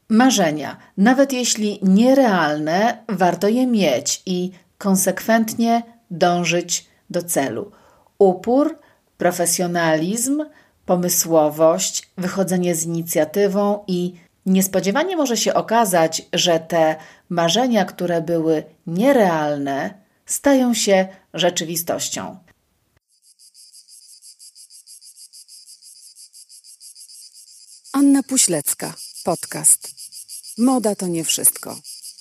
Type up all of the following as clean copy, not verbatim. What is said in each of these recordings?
Marzenia, nawet jeśli nierealne, warto je mieć i konsekwentnie dążyć do celu. Upór, profesjonalizm, pomysłowość, wychodzenie z inicjatywą i niespodziewanie może się okazać, że te marzenia, które były nierealne, stają się rzeczywistością. Anna Puślecka, podcast. Moda to nie wszystko.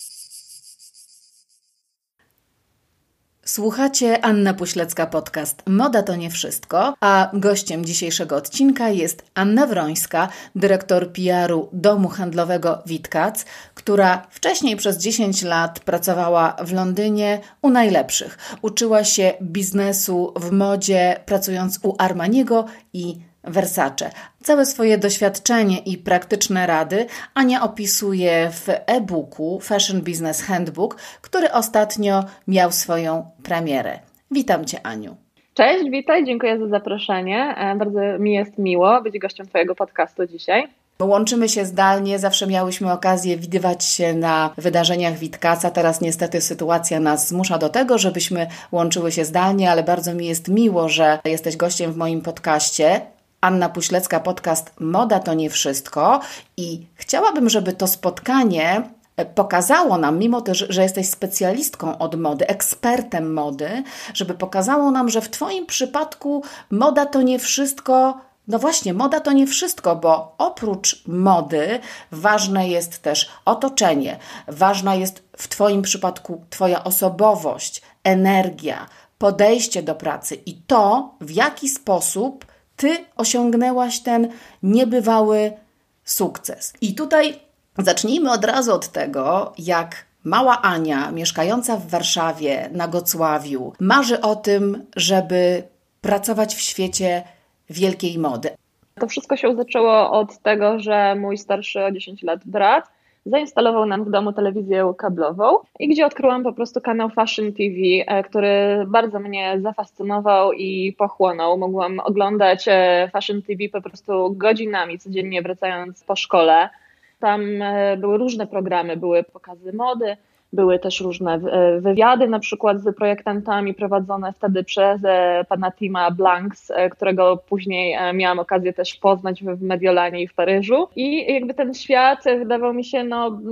Słuchacie Anna Puślecka podcast Moda to nie wszystko, a gościem dzisiejszego odcinka jest Anna Wrońska, dyrektor PR-u domu handlowego Witkac, która wcześniej przez 10 lat pracowała w Londynie u najlepszych. Uczyła się biznesu w modzie, pracując u Armaniego i Versace. Całe swoje doświadczenie i praktyczne rady Ania opisuje w e-booku Fashion Business Handbook, który ostatnio miał swoją premierę. Witam Cię, Aniu. Cześć, witaj, dziękuję za zaproszenie. Bardzo mi jest miło być gościem Twojego podcastu dzisiaj. Łączymy się zdalnie, zawsze miałyśmy okazję widywać się na wydarzeniach Witkaca. Teraz niestety sytuacja nas zmusza do tego, żebyśmy łączyły się zdalnie, ale bardzo mi jest miło, że jesteś gościem w moim podcaście. Anna Puślecka, podcast Moda to nie wszystko i chciałabym, żeby to spotkanie pokazało nam, mimo też, że jesteś specjalistką od mody, ekspertem mody, żeby pokazało nam, że w Twoim przypadku moda to nie wszystko. No właśnie, moda to nie wszystko, bo oprócz mody ważne jest też otoczenie, ważna jest w Twoim przypadku Twoja osobowość, energia, podejście do pracy i to, w jaki sposób Ty osiągnęłaś ten niebywały sukces. I tutaj zacznijmy od razu od tego, jak mała Ania, mieszkająca w Warszawie, na Gocławiu, marzy o tym, żeby pracować w świecie wielkiej mody. To wszystko się zaczęło od tego, że mój starszy o 10 lat brat zainstalował nam w domu telewizję kablową i gdzie odkryłam po prostu kanał Fashion TV, który bardzo mnie zafascynował i pochłonął. Mogłam oglądać Fashion TV po prostu godzinami, codziennie wracając po szkole. Tam były różne programy, były pokazy mody, były też różne wywiady, na przykład z projektantami prowadzone wtedy przez pana Tima Blanks, którego później miałam okazję też poznać w Mediolanie i w Paryżu. I jakby ten świat wydawał mi się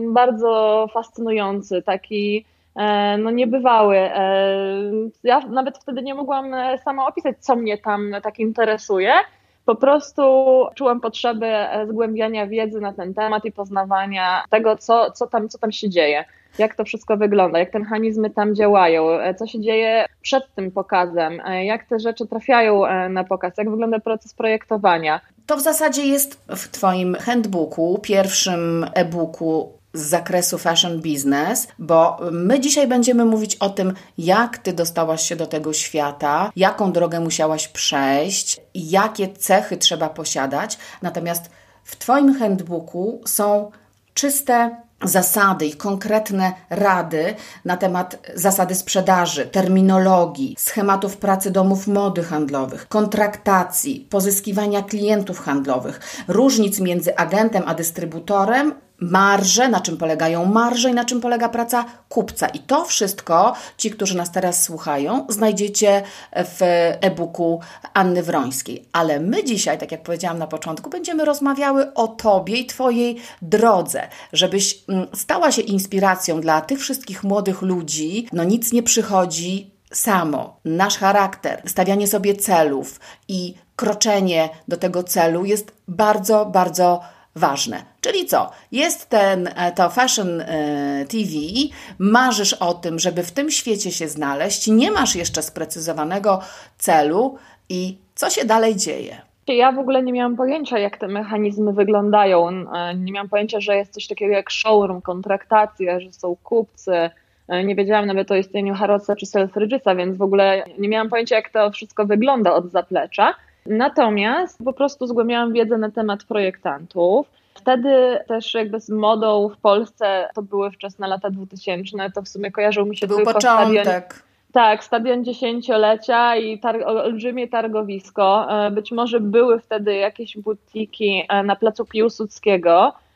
bardzo fascynujący, taki niebywały. Ja nawet wtedy nie mogłam sama opisać, co mnie tam tak interesuje. Po prostu czułam potrzebę zgłębiania wiedzy na ten temat i poznawania tego, co tam się dzieje, jak to wszystko wygląda, jak te mechanizmy tam działają, co się dzieje przed tym pokazem, jak te rzeczy trafiają na pokaz, jak wygląda proces projektowania. To w zasadzie jest w Twoim handbooku, pierwszym e-booku z zakresu fashion business, bo my dzisiaj będziemy mówić o tym, jak Ty dostałaś się do tego świata, jaką drogę musiałaś przejść, jakie cechy trzeba posiadać. Natomiast w Twoim handbooku są czyste zasady i konkretne rady na temat zasady sprzedaży, terminologii, schematów pracy domów mody handlowych, kontraktacji, pozyskiwania klientów handlowych, różnic między agentem a dystrybutorem, marże, na czym polegają marże i na czym polega praca kupca. I to wszystko, ci, którzy nas teraz słuchają, znajdziecie w e-booku Anny Wrońskiej. Ale my dzisiaj, tak jak powiedziałam na początku, będziemy rozmawiały o Tobie i Twojej drodze, żebyś stała się inspiracją dla tych wszystkich młodych ludzi. No nic nie przychodzi samo. Nasz charakter, stawianie sobie celów i kroczenie do tego celu jest bardzo, bardzo ważne. Czyli co? Jest to Fashion TV, marzysz o tym, żeby w tym świecie się znaleźć, nie masz jeszcze sprecyzowanego celu i co się dalej dzieje? Ja w ogóle nie miałam pojęcia, jak te mechanizmy wyglądają. Nie miałam pojęcia, że jest coś takiego jak showroom, kontraktacja, że są kupcy. Nie wiedziałam nawet o istnieniu Harrodsa czy Selfridgesa, więc w ogóle nie miałam pojęcia, jak to wszystko wygląda od zaplecza. Natomiast po prostu zgłębiałam wiedzę na temat projektantów. Wtedy też jakby z modą w Polsce to były wczesne lata 2000, to w sumie kojarzył mi się był tylko początek. Stadion 10-lecia i olbrzymie targowisko. Być może były wtedy jakieś butiki na placu Piłsudskiego,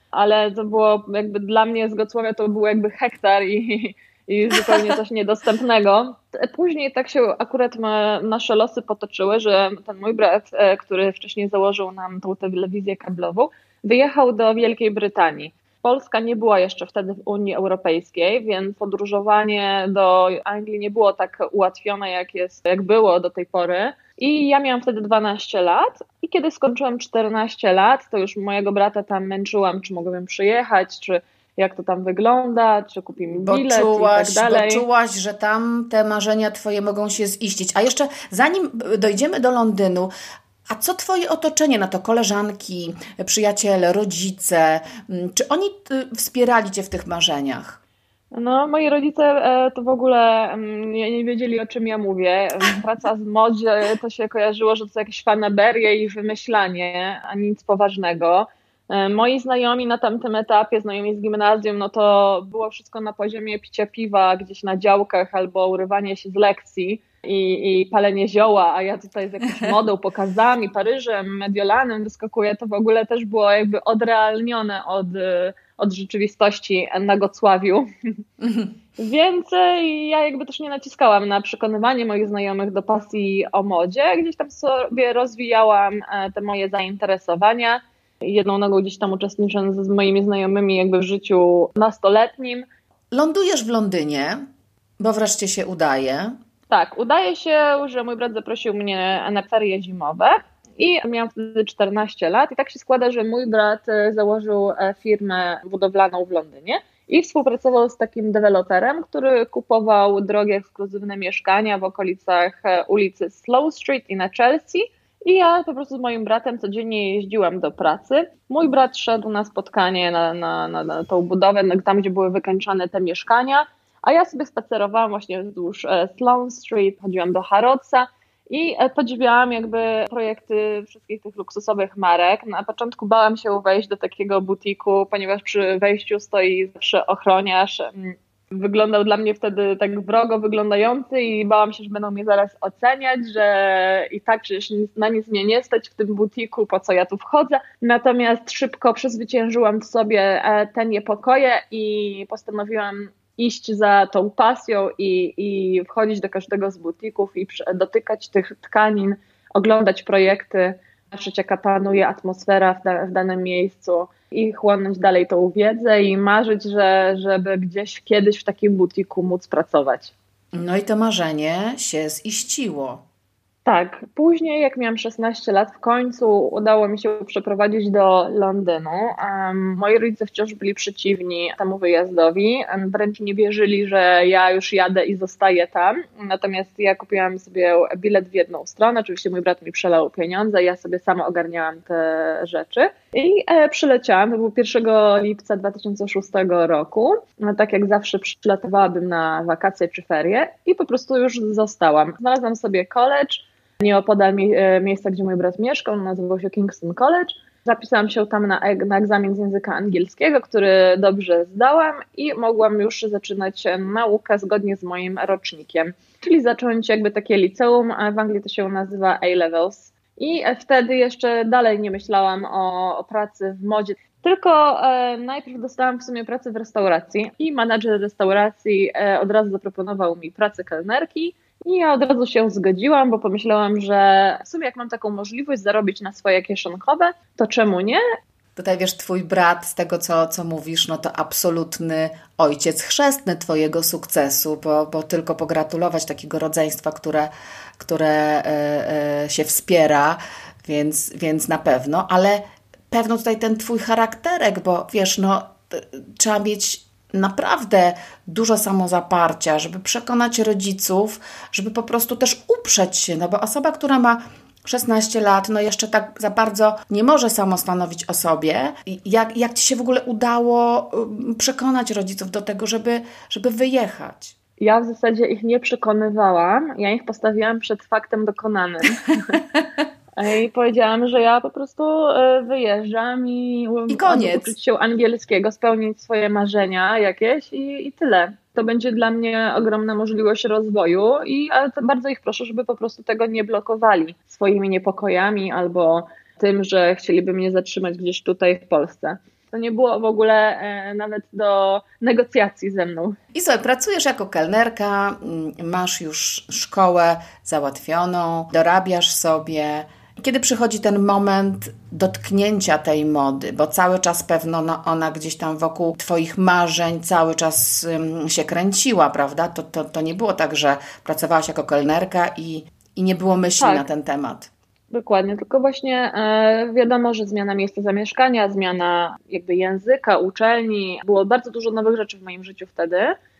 ale to było jakby dla mnie z Gocławia to był jakby hektar i zupełnie coś niedostępnego. Później tak się akurat nasze losy potoczyły, że ten mój brat, który wcześniej założył nam tą telewizję kablową, wyjechał do Wielkiej Brytanii. Polska nie była jeszcze wtedy w Unii Europejskiej, więc podróżowanie do Anglii nie było tak ułatwione, jak było do tej pory. I ja miałam wtedy 12 lat i kiedy skończyłam 14 lat, to już mojego brata tam męczyłam, czy mogłabym przyjechać, czy jak to tam wygląda, czy kupi mi bilet i tak dalej. Bo czułaś, że tam te marzenia twoje mogą się ziścić. A jeszcze zanim dojdziemy do Londynu, a co twoje otoczenie na to? Koleżanki, przyjaciele, rodzice? Czy oni wspierali cię w tych marzeniach? No, moi rodzice to w ogóle nie wiedzieli, o czym ja mówię. Praca w modzie to się kojarzyło, że to jakieś fanaberie i wymyślanie, a nic poważnego. Moi znajomi na tamtym etapie, znajomi z gimnazjum, no to było wszystko na poziomie picia piwa gdzieś na działkach albo urywanie się z lekcji i palenie zioła, a ja tutaj z jakąś modą, pokazami, Paryżem, Mediolanem wyskakuję, to w ogóle też było jakby odrealnione od rzeczywistości na Gocławiu. Więc ja jakby też nie naciskałam na przekonywanie moich znajomych do pasji o modzie. Gdzieś tam sobie rozwijałam te moje zainteresowania. Jedną nogą gdzieś tam uczestnicząc z moimi znajomymi jakby w życiu nastoletnim. Lądujesz w Londynie, bo wreszcie się udaje. Tak, udaje się, że mój brat zaprosił mnie na ferie zimowe i miałam wtedy 14 lat i tak się składa, że mój brat założył firmę budowlaną w Londynie i współpracował z takim deweloperem, który kupował drogie, ekskluzywne mieszkania w okolicach ulicy Sloane Street i na Chelsea. I ja po prostu z moim bratem codziennie jeździłam do pracy. Mój brat szedł na spotkanie na tą budowę, tam gdzie były wykańczane te mieszkania, a ja sobie spacerowałam właśnie wzdłuż Sloane Street, chodziłam do Harrodsa i podziwiałam jakby projekty wszystkich tych luksusowych marek. Na początku bałam się wejść do takiego butiku, ponieważ przy wejściu stoi zawsze ochroniarz. Wyglądał dla mnie wtedy tak wrogo wyglądający i bałam się, że będą mnie zaraz oceniać, że i tak przecież na nic mnie nie stać w tym butiku, po co ja tu wchodzę. Natomiast szybko przezwyciężyłam w sobie te niepokoje i postanowiłam iść za tą pasją i wchodzić do każdego z butików i dotykać tych tkanin, oglądać projekty, patrzeć jaka panuje atmosfera w danym miejscu i chłonąć dalej tą wiedzę i marzyć, żeby gdzieś kiedyś w takim butiku móc pracować. No i to marzenie się ziściło. Tak, później jak miałam 16 lat, w końcu udało mi się przeprowadzić do Londynu. Moi rodzice wciąż byli przeciwni temu wyjazdowi, wręcz nie wierzyli, że ja już jadę i zostaję tam. Natomiast ja kupiłam sobie bilet w jedną stronę, oczywiście mój brat mi przelał pieniądze, ja sobie sama ogarniałam te rzeczy i przyleciałam. To był 1 lipca 2006 roku. Tak jak zawsze przylatywałabym na wakacje czy ferie i po prostu już zostałam. Znalazłam sobie college, nieopodal miejsca, gdzie mój brat mieszkał, nazywał się Kingston College. Zapisałam się tam na egzamin z języka angielskiego, który dobrze zdałam i mogłam już zaczynać naukę zgodnie z moim rocznikiem. Czyli zacząć jakby takie liceum, a w Anglii to się nazywa A-Levels. I wtedy jeszcze dalej nie myślałam o pracy w modzie. Tylko najpierw dostałam w sumie pracę w restauracji i menadżer restauracji od razu zaproponował mi pracę kelnerki. I ja od razu się zgodziłam, bo pomyślałam, że w sumie jak mam taką możliwość zarobić na swoje kieszonkowe, to czemu nie? Tutaj wiesz, twój brat, z tego co mówisz, no to absolutny ojciec chrzestny twojego sukcesu, bo tylko pogratulować takiego rodzeństwa, które się wspiera, więc na pewno, ale pewno tutaj ten twój charakterek, bo wiesz, no trzeba mieć naprawdę dużo samozaparcia, żeby przekonać rodziców, żeby po prostu też uprzeć się, no bo osoba, która ma 16 lat, no jeszcze tak za bardzo nie może samostanowić o sobie. Jak ci się w ogóle udało przekonać rodziców do tego, żeby wyjechać? Ja w zasadzie ich nie przekonywałam, ja ich postawiłam przed faktem dokonanym. I powiedziałam, że ja po prostu wyjeżdżam i koniec. Uczyć się angielskiego, spełnić swoje marzenia jakieś i tyle. To będzie dla mnie ogromna możliwość rozwoju ale bardzo ich proszę, żeby po prostu tego nie blokowali swoimi niepokojami albo tym, że chcieliby mnie zatrzymać gdzieś tutaj w Polsce. To nie było w ogóle nawet do negocjacji ze mną. I słuchaj, pracujesz jako kelnerka, masz już szkołę załatwioną, dorabiasz sobie. Kiedy przychodzi ten moment dotknięcia tej mody, bo cały czas pewno ona gdzieś tam wokół Twoich marzeń cały czas się kręciła, prawda? To nie było tak, że pracowałaś jako kelnerka i nie było myśli na ten temat. Dokładnie, tylko właśnie wiadomo, że zmiana miejsca zamieszkania, zmiana jakby języka, uczelni, było bardzo dużo nowych rzeczy w moim życiu wtedy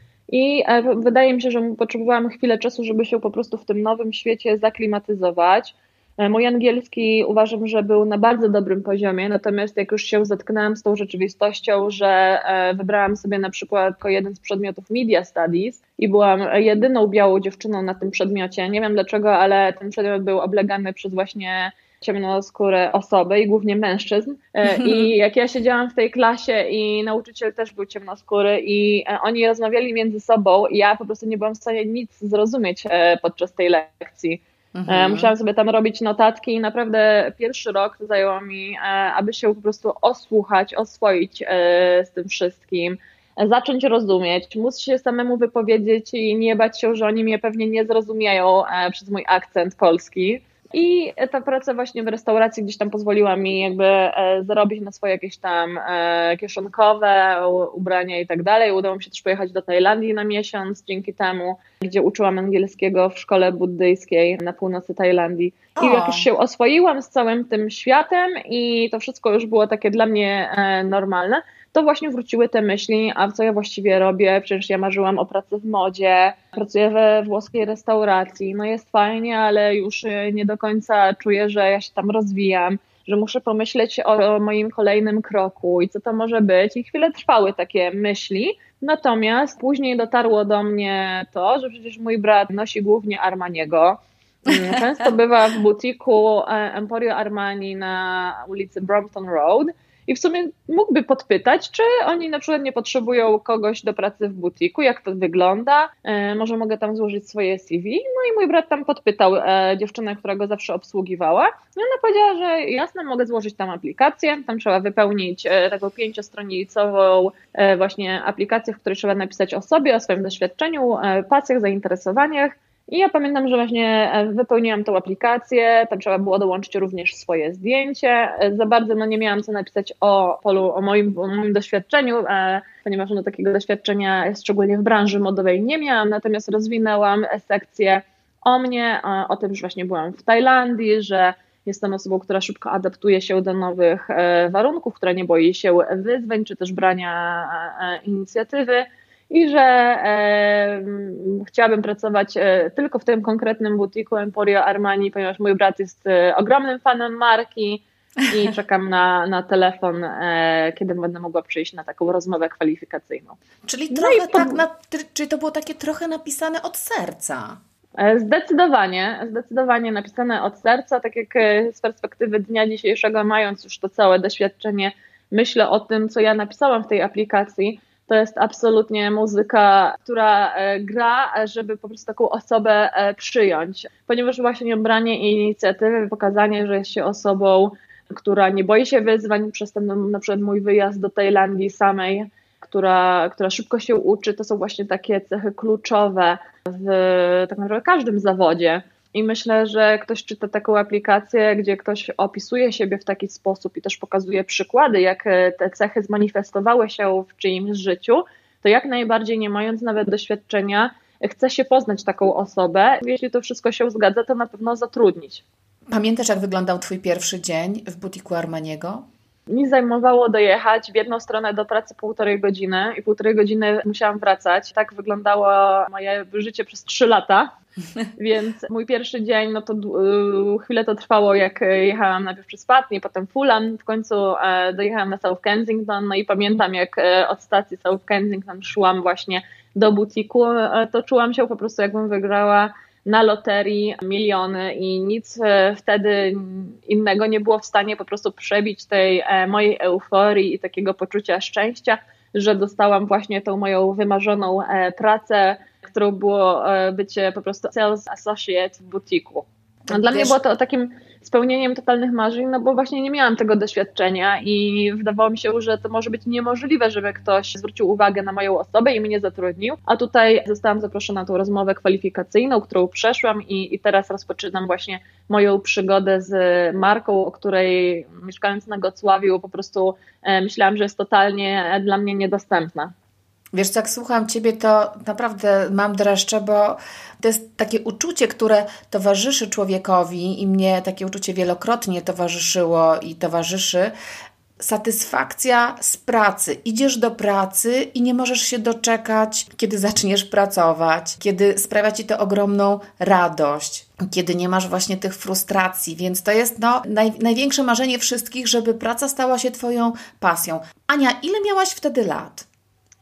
i wydaje mi się, że potrzebowałam chwilę czasu, żeby się po prostu w tym nowym świecie zaklimatyzować. Mój angielski uważam, że był na bardzo dobrym poziomie, natomiast jak już się zetknęłam z tą rzeczywistością, że wybrałam sobie na przykład jako jeden z przedmiotów Media Studies i byłam jedyną białą dziewczyną na tym przedmiocie, nie wiem dlaczego, ale ten przedmiot był oblegany przez właśnie ciemnoskóre osoby i głównie mężczyzn. I jak ja siedziałam w tej klasie i nauczyciel też był ciemnoskóry i oni rozmawiali między sobą i ja po prostu nie byłam w stanie nic zrozumieć podczas tej lekcji. Musiałam sobie tam robić notatki i naprawdę pierwszy rok zajęło mi, aby się po prostu osłuchać, oswoić z tym wszystkim, zacząć rozumieć, móc się samemu wypowiedzieć i nie bać się, że oni mnie pewnie nie zrozumieją przez mój akcent polski. I ta praca właśnie w restauracji gdzieś tam pozwoliła mi jakby zarobić na swoje jakieś tam kieszonkowe ubrania i tak dalej. Udało mi się też pojechać do Tajlandii na miesiąc dzięki temu, gdzie uczyłam angielskiego w szkole buddyjskiej na północy Tajlandii. I jak już się oswoiłam z całym tym światem i to wszystko już było takie dla mnie normalne, to właśnie wróciły te myśli, a co ja właściwie robię? Przecież ja marzyłam o pracy w modzie, pracuję we włoskiej restauracji, no jest fajnie, ale już nie do końca czuję, że ja się tam rozwijam, że muszę pomyśleć o moim kolejnym kroku i co to może być. I chwilę trwały takie myśli, natomiast później dotarło do mnie to, że przecież mój brat nosi głównie Armaniego. Często bywa w butiku Emporio Armani na ulicy Brompton Road. I w sumie mógłby podpytać, czy oni na przykład nie potrzebują kogoś do pracy w butiku, jak to wygląda, może mogę tam złożyć swoje CV. No i mój brat tam podpytał dziewczynę, która go zawsze obsługiwała. I ona powiedziała, że jasne, mogę złożyć tam aplikację, tam trzeba wypełnić taką 5-stronicową właśnie aplikację, w której trzeba napisać o sobie, o swoim doświadczeniu, pasjach, zainteresowaniach. I ja pamiętam, że właśnie wypełniłam tą aplikację, tam trzeba było dołączyć również swoje zdjęcie. Za bardzo nie miałam co napisać o moim doświadczeniu, ponieważ takiego doświadczenia szczególnie w branży modowej nie miałam, natomiast rozwinęłam sekcję o mnie, o tym, że właśnie byłam w Tajlandii, że jestem osobą, która szybko adaptuje się do nowych warunków, która nie boi się wyzwań, czy też brania inicjatywy. I że chciałabym pracować tylko w tym konkretnym butiku Emporio Armani, ponieważ mój brat jest ogromnym fanem marki i czekam na telefon, kiedy będę mogła przyjść na taką rozmowę kwalifikacyjną. Czyli trochę czyli to było takie trochę napisane od serca. Zdecydowanie napisane od serca, tak jak z perspektywy dnia dzisiejszego, mając już to całe doświadczenie, myślę o tym, co ja napisałam w tej aplikacji. To jest absolutnie muzyka, która gra, żeby po prostu taką osobę przyjąć. Ponieważ właśnie branie inicjatywy, pokazanie, że jest się osobą, która nie boi się wyzwań, przez ten na przykład mój wyjazd do Tajlandii samej, która szybko się uczy, to są właśnie takie cechy kluczowe w tak naprawdę każdym zawodzie. I myślę, że ktoś czyta taką aplikację, gdzie ktoś opisuje siebie w taki sposób i też pokazuje przykłady, jak te cechy zmanifestowały się w czyimś życiu, to jak najbardziej, nie mając nawet doświadczenia, chce się poznać taką osobę. Jeśli to wszystko się zgadza, to na pewno zatrudnić. Pamiętasz, jak wyglądał Twój pierwszy dzień w butiku Armaniego? Mi zajmowało dojechać w jedną stronę do pracy 1,5 godziny i 1,5 godziny musiałam wracać. Tak wyglądało moje życie przez 3 lata. Więc mój pierwszy dzień, no to chwilę to trwało, jak jechałam najpierw przez Putney, potem Fulham, w końcu dojechałam na South Kensington, no i pamiętam, jak od stacji South Kensington szłam właśnie do butiku, to czułam się po prostu, jakbym wygrała na loterii miliony i nic wtedy innego nie było w stanie po prostu przebić tej mojej euforii i takiego poczucia szczęścia, że dostałam właśnie tą moją wymarzoną pracę, którą było bycie po prostu sales associate w butiku. Dla mnie było to takim spełnieniem totalnych marzeń, no bo właśnie nie miałam tego doświadczenia i wydawało mi się, że to może być niemożliwe, żeby ktoś zwrócił uwagę na moją osobę i mnie zatrudnił, a tutaj zostałam zaproszona na tą rozmowę kwalifikacyjną, którą przeszłam i teraz rozpoczynam właśnie moją przygodę z marką, o której mieszkając na Gocławiu po prostu myślałam, że jest totalnie dla mnie niedostępna. Wiesz co, jak słucham Ciebie, to naprawdę mam dreszcze, bo to jest takie uczucie, które towarzyszy człowiekowi i mnie takie uczucie wielokrotnie towarzyszyło i towarzyszy. Satysfakcja z pracy. Idziesz do pracy i nie możesz się doczekać, kiedy zaczniesz pracować, kiedy sprawia Ci to ogromną radość, kiedy nie masz właśnie tych frustracji, więc to jest największe marzenie wszystkich, żeby praca stała się Twoją pasją. Ania, ile miałaś wtedy lat?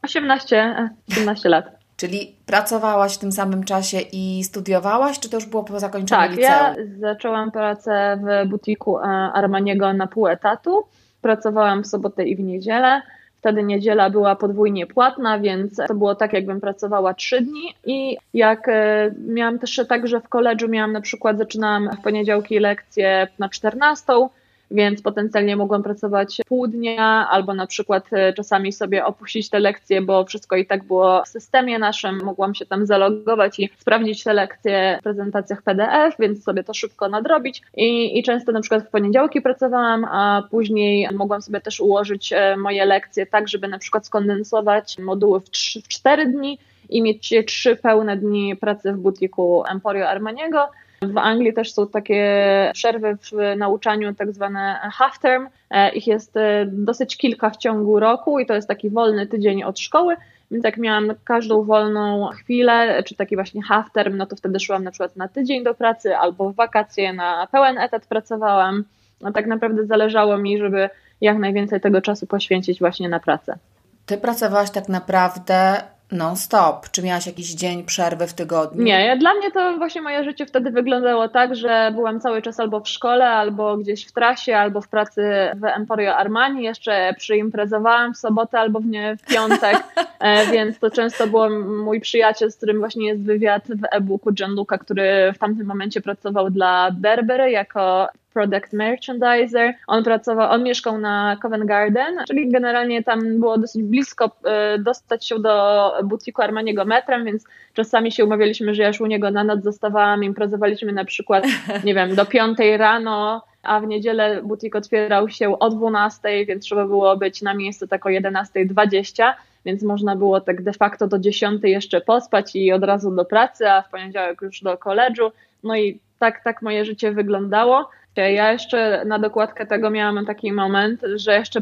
18 lat. Czyli pracowałaś w tym samym czasie i studiowałaś, czy to już było po zakończeniu liceum? Tak, ja zaczęłam pracę w butiku Armaniego na pół etatu. Pracowałam w sobotę i w niedzielę. Wtedy niedziela była podwójnie płatna, więc to było tak, jakbym pracowała 3 dni. I jak miałam też tak, że w koledżu miałam na przykład, zaczynałam w poniedziałki lekcje na 14, więc potencjalnie mogłam pracować pół dnia albo na przykład czasami sobie opuścić te lekcje, bo wszystko i tak było w systemie naszym. Mogłam się tam zalogować i sprawdzić te lekcje w prezentacjach PDF, więc sobie to szybko nadrobić. I często na przykład w poniedziałki pracowałam, a później mogłam sobie też ułożyć moje lekcje tak, żeby na przykład skondensować moduły w 4 dni i mieć 3 pełne dni pracy w butiku Emporio Armaniego. W Anglii też są takie przerwy w nauczaniu, tak zwane half term. Ich jest dosyć kilka w ciągu roku i to jest taki wolny tydzień od szkoły. Więc jak miałam każdą wolną chwilę, czy taki właśnie half term, no to wtedy szłam na przykład na tydzień do pracy albo w wakacje na pełen etat pracowałam. No tak naprawdę zależało mi, żeby jak najwięcej tego czasu poświęcić właśnie na pracę. Ty pracowałaś tak naprawdę non-stop. Czy miałaś jakiś dzień przerwy w tygodniu? Nie, dla mnie to właśnie moje życie wtedy wyglądało tak, że byłam cały czas albo w szkole, albo gdzieś w trasie, albo w pracy w Emporio Armani. Jeszcze przyimprezowałam w sobotę albo w piątek, więc to często był mój przyjaciel, z którym właśnie jest wywiad w e-booku, Gianluca, który w tamtym momencie pracował dla Burberry jako product merchandiser. On mieszkał na Covent Garden, czyli generalnie tam było dosyć blisko dostać się do butiku Armaniego metrem, więc czasami się umawialiśmy, że ja już u niego na noc zostawałam, imprezowaliśmy na przykład, nie wiem, do 5 rano, a w niedzielę butik otwierał się o 12, więc trzeba było być na miejscu tak o 11:20, więc można było tak de facto do 10 jeszcze pospać i od razu do pracy, a w poniedziałek już do koledżu. No i tak moje życie wyglądało. Ja jeszcze na dokładkę tego miałam taki moment, że jeszcze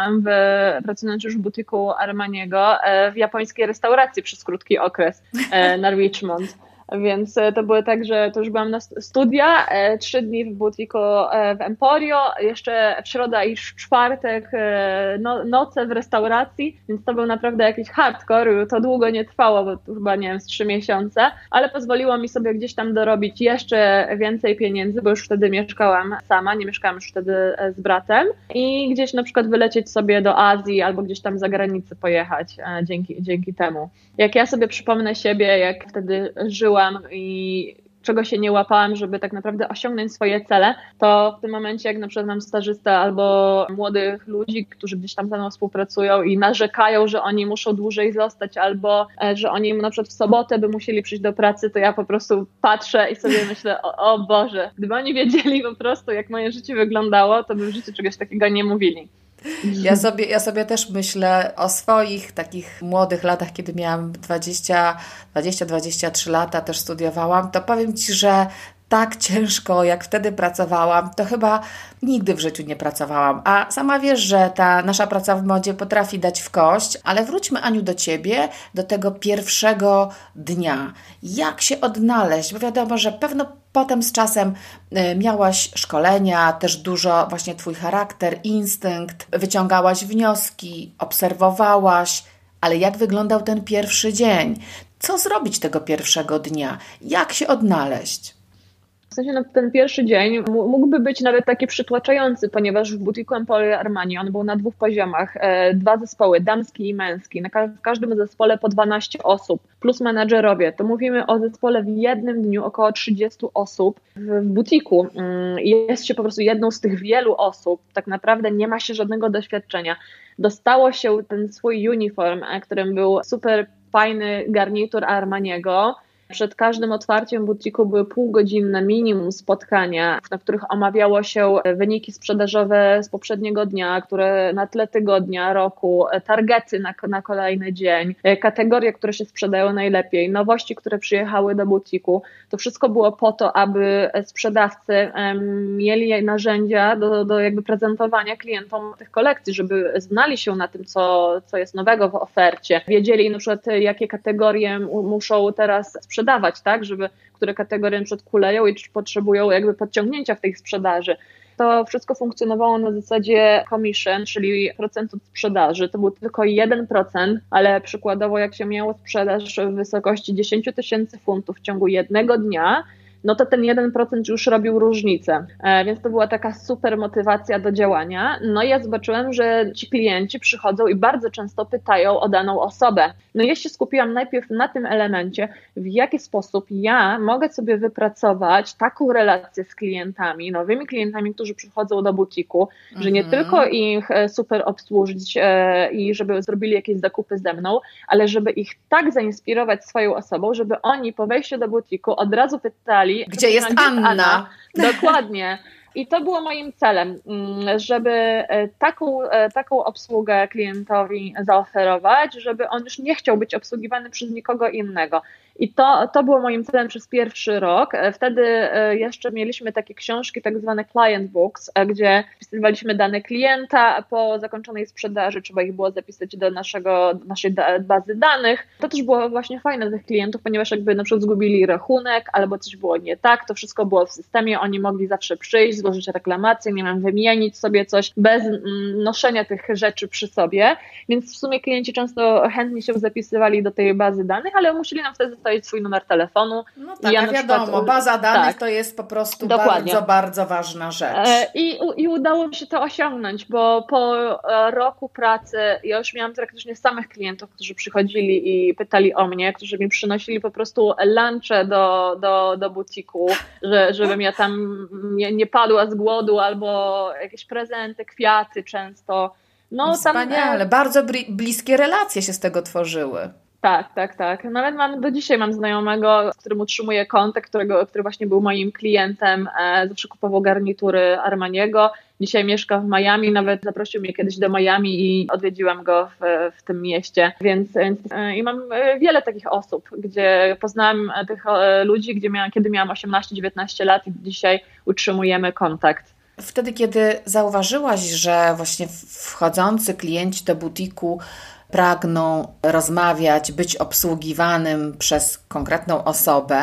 pracując już w butiku Armaniego w japońskiej restauracji przez krótki okres na Richmond. Więc to było tak, że to już byłam na studia, 3 dni w butiku w Emporio, jeszcze w środę i czwartek noce w restauracji, więc to był naprawdę jakiś hardcore, to długo nie trwało, bo to chyba nie wiem, z 3 miesiące, ale pozwoliło mi sobie gdzieś tam dorobić jeszcze więcej pieniędzy, bo już wtedy mieszkałam sama, nie mieszkałam już wtedy z bratem i gdzieś na przykład wylecieć sobie do Azji albo gdzieś tam za granicę pojechać dzięki temu. Jak ja sobie przypomnę siebie, jak wtedy żyłam i czego się nie łapałam, żeby tak naprawdę osiągnąć swoje cele, to w tym momencie jak na przykład mam stażystę albo młodych ludzi, którzy gdzieś tam ze mną współpracują i narzekają, że oni muszą dłużej zostać albo że oni na przykład w sobotę by musieli przyjść do pracy, to ja po prostu patrzę i sobie myślę, o Boże, gdyby oni wiedzieli po prostu jak moje życie wyglądało, to by w życiu czegoś takiego nie mówili. Ja sobie też myślę o swoich takich młodych latach, kiedy miałam 20-23 lata, też studiowałam, to powiem Ci, że tak ciężko, jak wtedy pracowałam, to chyba nigdy w życiu nie pracowałam. A sama wiesz, że ta nasza praca w modzie potrafi dać w kość, ale wróćmy, Aniu, do Ciebie, do tego pierwszego dnia. Jak się odnaleźć? Bo wiadomo, że pewno potem z czasem miałaś szkolenia, też dużo właśnie Twój charakter, instynkt, wyciągałaś wnioski, obserwowałaś, ale jak wyglądał ten pierwszy dzień? Co zrobić tego pierwszego dnia? Jak się odnaleźć? sensie ten pierwszy dzień mógłby być nawet taki przytłaczający, ponieważ w butiku Emporio Armani on był na 2 poziomach, 2 zespoły, damski i męski. W każdym zespole po 12 osób, plus menadżerowie. To mówimy o zespole w jednym dniu około 30 osób w butiku. Jest się po prostu jedną z tych wielu osób, tak naprawdę nie ma się żadnego doświadczenia. Dostało się ten swój uniform, którym był super fajny garnitur Armaniego. Przed każdym otwarciem butiku były półgodzinne minimum spotkania, na których omawiało się wyniki sprzedażowe z poprzedniego dnia, które na tle tygodnia, roku, targety na kolejny dzień, kategorie, które się sprzedają najlepiej, nowości, które przyjechały do butiku. To wszystko było po to, aby sprzedawcy mieli narzędzia do jakby prezentowania klientom tych kolekcji, żeby znali się na tym, co jest nowego w ofercie. Wiedzieli na przykład, jakie kategorie muszą teraz sprzedawać, tak, które kategorie kuleją i czy potrzebują jakby podciągnięcia w tej sprzedaży. To wszystko funkcjonowało na zasadzie commission, czyli procent od sprzedaży. To był tylko 1%, ale przykładowo jak się miało sprzedaż w wysokości 10 000 funtów w ciągu jednego dnia, no to ten 1% już robił różnicę, więc to była taka super motywacja do działania. No i ja zobaczyłem, że ci klienci przychodzą i bardzo często pytają o daną osobę. No ja się skupiłam najpierw na tym elemencie, w jaki sposób ja mogę sobie wypracować taką relację z klientami, nowymi klientami, którzy przychodzą do butiku, że nie tylko ich super obsłużyć i żeby zrobili jakieś zakupy ze mną, ale żeby ich tak zainspirować swoją osobą, żeby oni po wejściu do butiku od razu pytali, gdzie jest Anna? Dokładnie. I to było moim celem, żeby taką obsługę klientowi zaoferować, żeby on już nie chciał być obsługiwany przez nikogo innego. I to było moim celem przez pierwszy rok. Wtedy jeszcze mieliśmy takie książki, tak zwane client books, gdzie wpisywaliśmy dane klienta po zakończonej sprzedaży, trzeba ich było zapisać do naszej bazy danych. To też było właśnie fajne dla tych klientów, ponieważ jakby na przykład zgubili rachunek albo coś było nie tak, to wszystko było w systemie, oni mogli zawsze przyjść, złożyć reklamację, nie wiem, wymienić sobie coś bez noszenia tych rzeczy przy sobie, więc w sumie klienci często chętnie się zapisywali do tej bazy danych, ale musieli nam wtedy zostawić swój numer telefonu. No tak, ja wiadomo, baza danych tak, to jest po prostu dokładnie. Bardzo, bardzo ważna rzecz. I udało mi się to osiągnąć, bo po roku pracy ja już miałam praktycznie samych klientów, którzy przychodzili i pytali o mnie, którzy mi przynosili po prostu lunche do butiku, żebym ja tam nie padła z głodu, albo jakieś prezenty, kwiaty często. No, wspaniale, bardzo bliskie relacje się z tego tworzyły. Tak. Nawet do dzisiaj mam znajomego, z którym utrzymuję kontakt, który właśnie był moim klientem, zawsze kupował garnitury Armaniego. Dzisiaj mieszka w Miami, nawet zaprosił mnie kiedyś do Miami i odwiedziłam go w tym mieście. Więc i mam wiele takich osób, gdzie poznałam tych ludzi, kiedy miałam 18-19 lat i dzisiaj utrzymujemy kontakt. Wtedy, kiedy zauważyłaś, że właśnie wchodzący klienci do butiku pragną rozmawiać, być obsługiwanym przez konkretną osobę,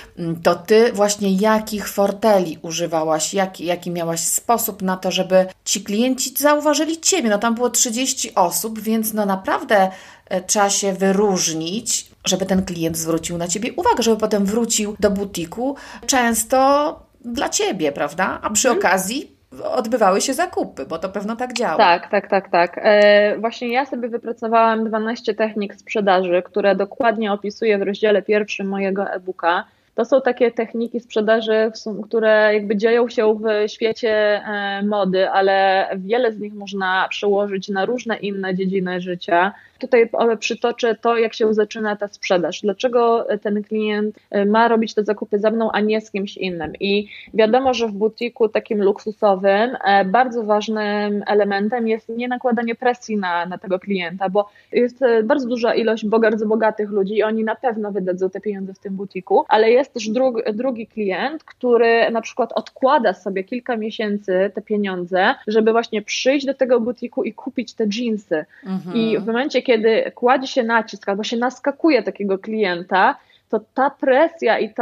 to ty właśnie jakich forteli używałaś, jaki miałaś sposób na to, żeby ci klienci zauważyli ciebie? No tam było 30 osób, więc no naprawdę trzeba się wyróżnić, żeby ten klient zwrócił na ciebie uwagę, żeby potem wrócił do butiku często dla ciebie, prawda? A przy okazji odbywały się zakupy, bo to pewno tak działa. Tak. Właśnie ja sobie wypracowałam 12 technik sprzedaży, które dokładnie opisuję w rozdziale 1 mojego e-booka. To są takie techniki sprzedaży, które jakby dzieją się w świecie mody, ale wiele z nich można przełożyć na różne inne dziedziny życia. Tutaj przytoczę to, jak się zaczyna ta sprzedaż. Dlaczego ten klient ma robić te zakupy ze mną, a nie z kimś innym. I wiadomo, że w butiku takim luksusowym bardzo ważnym elementem jest nie nakładanie presji na tego klienta, bo jest bardzo duża ilość bardzo bogatych ludzi i oni na pewno wydadzą te pieniądze w tym butiku, ale jest też drugi klient, który na przykład odkłada sobie kilka miesięcy te pieniądze, żeby właśnie przyjść do tego butiku i kupić te dżinsy. I w momencie, kiedy kładzie się nacisk albo się naskakuje takiego klienta, to ta presja i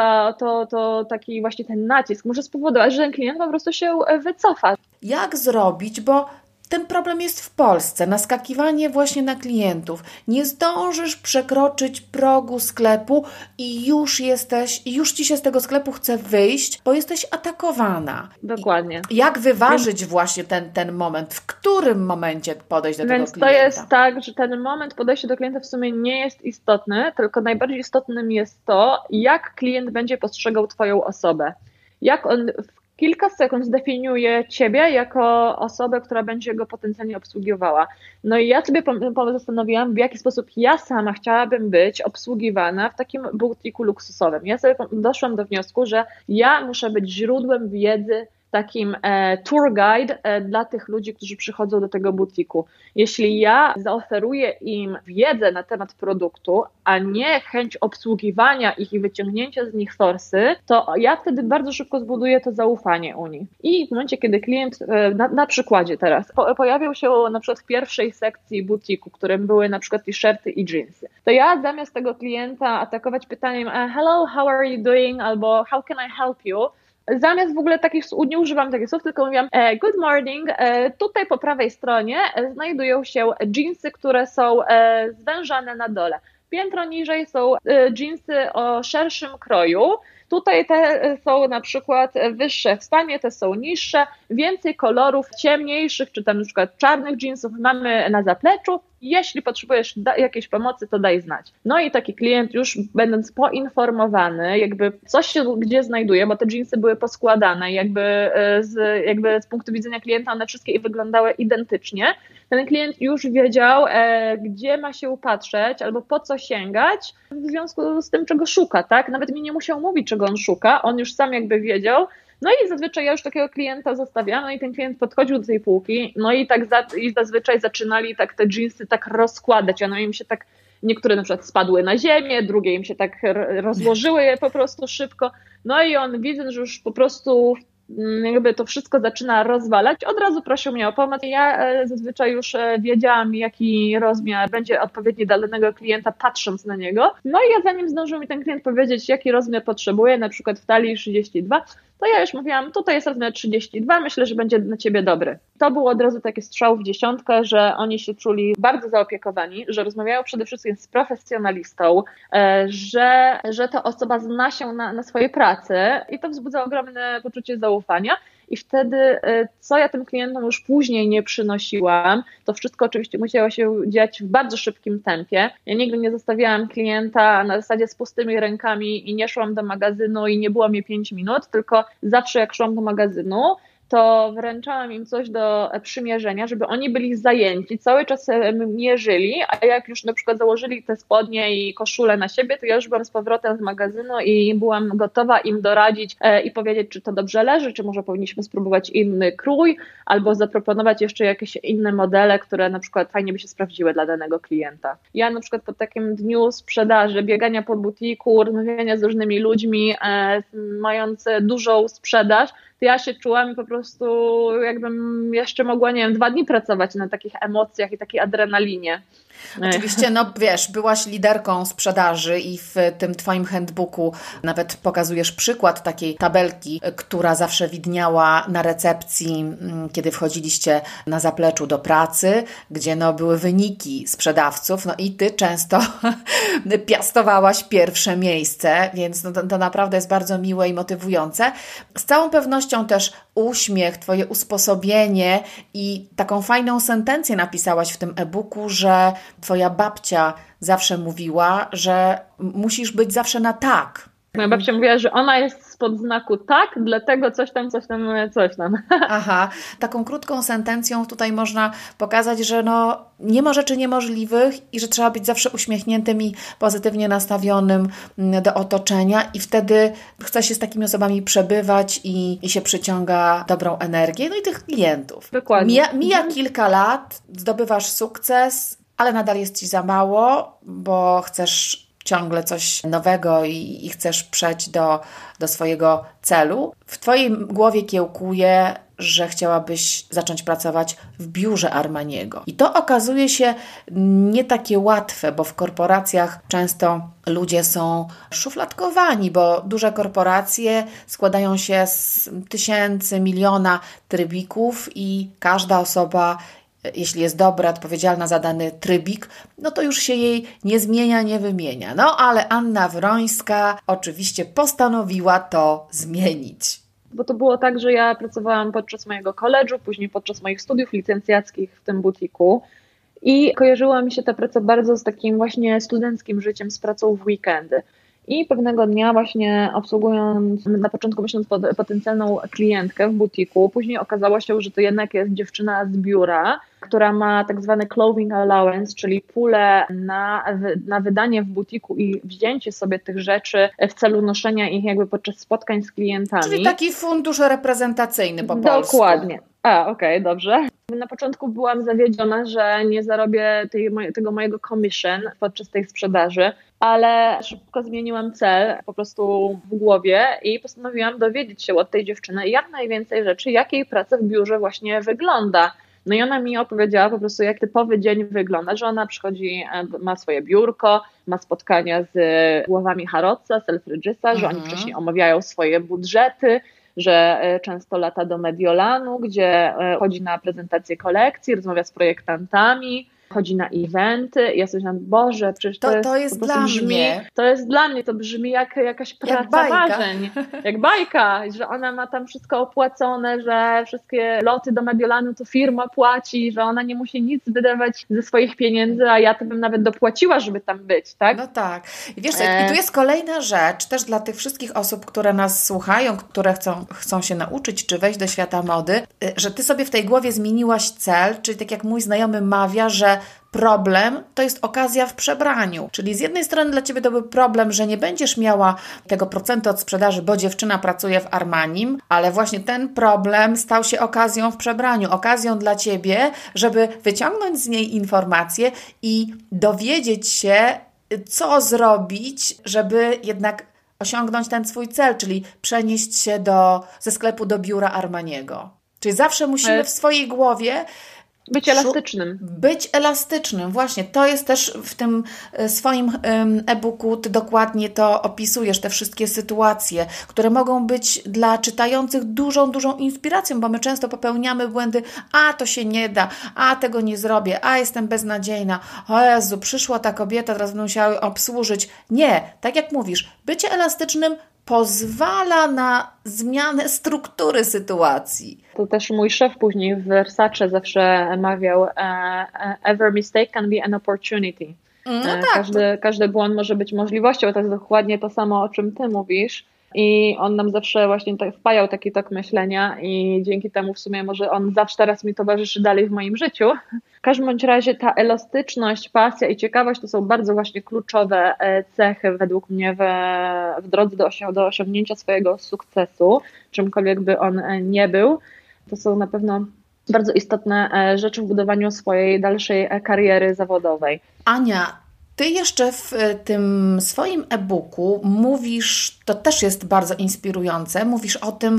to taki właśnie ten nacisk może spowodować, że ten klient po prostu się wycofa. Jak zrobić, bo ten problem jest w Polsce. Naskakiwanie właśnie na klientów. Nie zdążysz przekroczyć progu sklepu i już ci się z tego sklepu chce wyjść, bo jesteś atakowana. Dokładnie. Jak wyważyć właśnie ten moment? W którym momencie podejść do tego klienta? Więc to jest tak, że ten moment podejścia do klienta w sumie nie jest istotny, tylko najbardziej istotnym jest to, jak klient będzie postrzegał Twoją osobę. Jak on w kilka sekund zdefiniuje Ciebie jako osobę, która będzie go potencjalnie obsługiwała. No i ja sobie zastanowiłam, w jaki sposób ja sama chciałabym być obsługiwana w takim butiku luksusowym. Ja sobie doszłam do wniosku, że ja muszę być źródłem wiedzy, takim tour guide dla tych ludzi, którzy przychodzą do tego butiku. Jeśli ja zaoferuję im wiedzę na temat produktu, a nie chęć obsługiwania ich i wyciągnięcia z nich forsy, to ja wtedy bardzo szybko zbuduję to zaufanie u nich. I w momencie, kiedy klient, na przykładzie teraz, pojawił się na przykład w pierwszej sekcji butiku, którym były na przykład t-shirty i jeansy, to ja zamiast tego klienta atakować pytaniem hello, how are you doing? Albo how can I help you? Zamiast w ogóle takich słów, nie używam takich słów, tylko mówiłam good morning, tutaj po prawej stronie znajdują się jeansy, które są zwężane na dole. Piętro niżej są jeansy o szerszym kroju. Tutaj te są na przykład wyższe w stanie, te są niższe, więcej kolorów ciemniejszych, czy tam na przykład czarnych jeansów mamy na zapleczu. Jeśli potrzebujesz jakiejś pomocy, to daj znać. No i taki klient już będąc poinformowany, jakby coś się gdzie znajduje, bo te jeansy były poskładane, jakby z punktu widzenia klienta one wszystkie wyglądały identycznie. Ten klient już wiedział, gdzie ma się upatrzeć albo po co sięgać w związku z tym, czego szuka, tak? Nawet mi nie musiał mówić, czego on szuka, on już sam jakby wiedział. No i zazwyczaj ja już takiego klienta zostawiam, no i ten klient podchodził do tej półki, no i tak i zazwyczaj zaczynali tak te jeansy tak rozkładać, one im się tak, niektóre na przykład spadły na ziemię, drugie im się tak rozłożyły po prostu szybko, no i on widząc, że już po prostu jakby to wszystko zaczyna rozwalać, od razu prosił mnie o pomoc. Ja zazwyczaj już wiedziałam, jaki rozmiar będzie odpowiedni dla danego klienta, patrząc na niego. No i ja zanim zdążył mi ten klient powiedzieć, jaki rozmiar potrzebuje, na przykład w talii 32, to ja już mówiłam, tutaj jest rozmiar 32, myślę, że będzie dla Ciebie dobry. To było od razu taki strzał w dziesiątkę, że oni się czuli bardzo zaopiekowani, że rozmawiają przede wszystkim z profesjonalistą, że ta osoba zna się na swojej pracy i to wzbudza ogromne poczucie zaufania. I wtedy, co ja tym klientom już później nie przynosiłam, to wszystko oczywiście musiało się dziać w bardzo szybkim tempie. Ja nigdy nie zostawiałam klienta na zasadzie z pustymi rękami i nie szłam do magazynu i nie było mnie 5 minut, tylko zawsze jak szłam do magazynu, to wręczałam im coś do przymierzenia, żeby oni byli zajęci, cały czas mierzyli, a jak już na przykład założyli te spodnie i koszulę na siebie, to ja już byłam z powrotem z magazynu i byłam gotowa im doradzić i powiedzieć, czy to dobrze leży, czy może powinniśmy spróbować inny krój, albo zaproponować jeszcze jakieś inne modele, które na przykład fajnie by się sprawdziły dla danego klienta. Ja na przykład po takim dniu sprzedaży, biegania po butiku, rozmawiania z różnymi ludźmi, mając dużą sprzedaż, to ja się czułam po prostu, jakbym jeszcze mogła, nie wiem, 2 dni pracować na takich emocjach i takiej adrenalinie. Oczywiście, no wiesz, byłaś liderką sprzedaży i w tym Twoim handbooku nawet pokazujesz przykład takiej tabelki, która zawsze widniała na recepcji, kiedy wchodziliście na zapleczu do pracy, gdzie no były wyniki sprzedawców, no i Ty często piastowałaś pierwsze miejsce, więc no to naprawdę jest bardzo miłe i motywujące. Z całą pewnością też uśmiech, Twoje usposobienie i taką fajną sentencję napisałaś w tym e-booku, że Twoja babcia zawsze mówiła, że musisz być zawsze na tak. Moja babcia mówiła, że ona jest spod znaku tak, dlatego coś tam. Aha, taką krótką sentencją tutaj można pokazać, że no nie ma rzeczy niemożliwych i że trzeba być zawsze uśmiechniętym i pozytywnie nastawionym do otoczenia i wtedy chce się z takimi osobami przebywać i się przyciąga dobrą energię, no i tych klientów. Dokładnie. Mija kilka lat, zdobywasz sukces, ale nadal jest Ci za mało, bo chcesz ciągle coś nowego i chcesz przejść do swojego celu. W Twojej głowie kiełkuje, że chciałabyś zacząć pracować w biurze Armaniego. I to okazuje się nie takie łatwe, bo w korporacjach często ludzie są szufladkowani, bo duże korporacje składają się z tysięcy, miliona trybików i każda osoba jeśli jest dobra, odpowiedzialna za dany trybik, no to już się jej nie zmienia, nie wymienia. No ale Anna Wrońska oczywiście postanowiła to zmienić. Bo to było tak, że ja pracowałam podczas mojego koledżu, później podczas moich studiów licencjackich w tym butiku i kojarzyła mi się ta praca bardzo z takim właśnie studenckim życiem, z pracą w weekendy. I pewnego dnia właśnie obsługując, na początku myśląc potencjalną klientkę w butiku, później okazało się, że to jednak jest dziewczyna z biura, która ma tak zwany clothing allowance, czyli pulę na wydanie w butiku i wzięcie sobie tych rzeczy w celu noszenia ich jakby podczas spotkań z klientami. Czyli taki fundusz reprezentacyjny po polsku. Dokładnie. Okej, dobrze. Na początku byłam zawiedziona, że nie zarobię tego mojego commission podczas tej sprzedaży, ale szybko zmieniłam cel po prostu w głowie i postanowiłam dowiedzieć się od tej dziewczyny jak najwięcej rzeczy, jak jej praca w biurze właśnie wygląda. No i ona mi opowiedziała po prostu, jak typowy dzień wygląda, że ona przychodzi, ma swoje biurko, ma spotkania z głowami Harrodsa, Selfridgesa, że oni wcześniej omawiają swoje budżety, że często lata do Mediolanu, gdzie chodzi na prezentację kolekcji, rozmawia z projektantami, chodzi na eventy. I ja sobie myślałam, Boże, przecież to jest dla mnie. To jest dla mnie, to brzmi jak jakaś praca marzeń. Jak bajka, że ona ma tam wszystko opłacone, że wszystkie loty do Mediolanu to firma płaci, że ona nie musi nic wydawać ze swoich pieniędzy, a ja to bym nawet dopłaciła, żeby tam być, tak? No tak. I wiesz, i tu jest kolejna rzecz, też dla tych wszystkich osób, które nas słuchają, które chcą się nauczyć, czy wejść do świata mody, że ty sobie w tej głowie zmieniłaś cel, czyli tak jak mój znajomy mawia, że problem to jest okazja w przebraniu. Czyli z jednej strony dla Ciebie to był problem, że nie będziesz miała tego procentu od sprzedaży, bo dziewczyna pracuje w Armanim, ale właśnie ten problem stał się okazją w przebraniu. Okazją dla Ciebie, żeby wyciągnąć z niej informacje i dowiedzieć się, co zrobić, żeby jednak osiągnąć ten swój cel, czyli przenieść się ze sklepu do biura Armaniego. Czyli zawsze musimy w swojej głowie być elastycznym. Być elastycznym, właśnie. To jest też w tym swoim e-booku, ty dokładnie to opisujesz, te wszystkie sytuacje, które mogą być dla czytających dużą inspiracją, bo my często popełniamy błędy, a to się nie da, a tego nie zrobię, a jestem beznadziejna, o Jezu, przyszła ta kobieta, teraz będę musiała ją obsłużyć. Nie, tak jak mówisz, bycie elastycznym pozwala na zmianę struktury sytuacji. To też mój szef później w Versace zawsze mawiał every mistake can be an opportunity. No tak. Każdy błąd może być możliwością, to jest dokładnie to samo, o czym ty mówisz. I on nam zawsze właśnie wpajał taki tok myślenia i dzięki temu w sumie może on zawsze teraz mi towarzyszy dalej w moim życiu. W każdym bądź razie ta elastyczność, pasja i ciekawość to są bardzo właśnie kluczowe cechy według mnie w drodze do osiągnięcia swojego sukcesu, czymkolwiek by on nie był. To są na pewno bardzo istotne rzeczy w budowaniu swojej dalszej kariery zawodowej. Ania, ty jeszcze w tym swoim e-booku mówisz, to też jest bardzo inspirujące, mówisz o tym,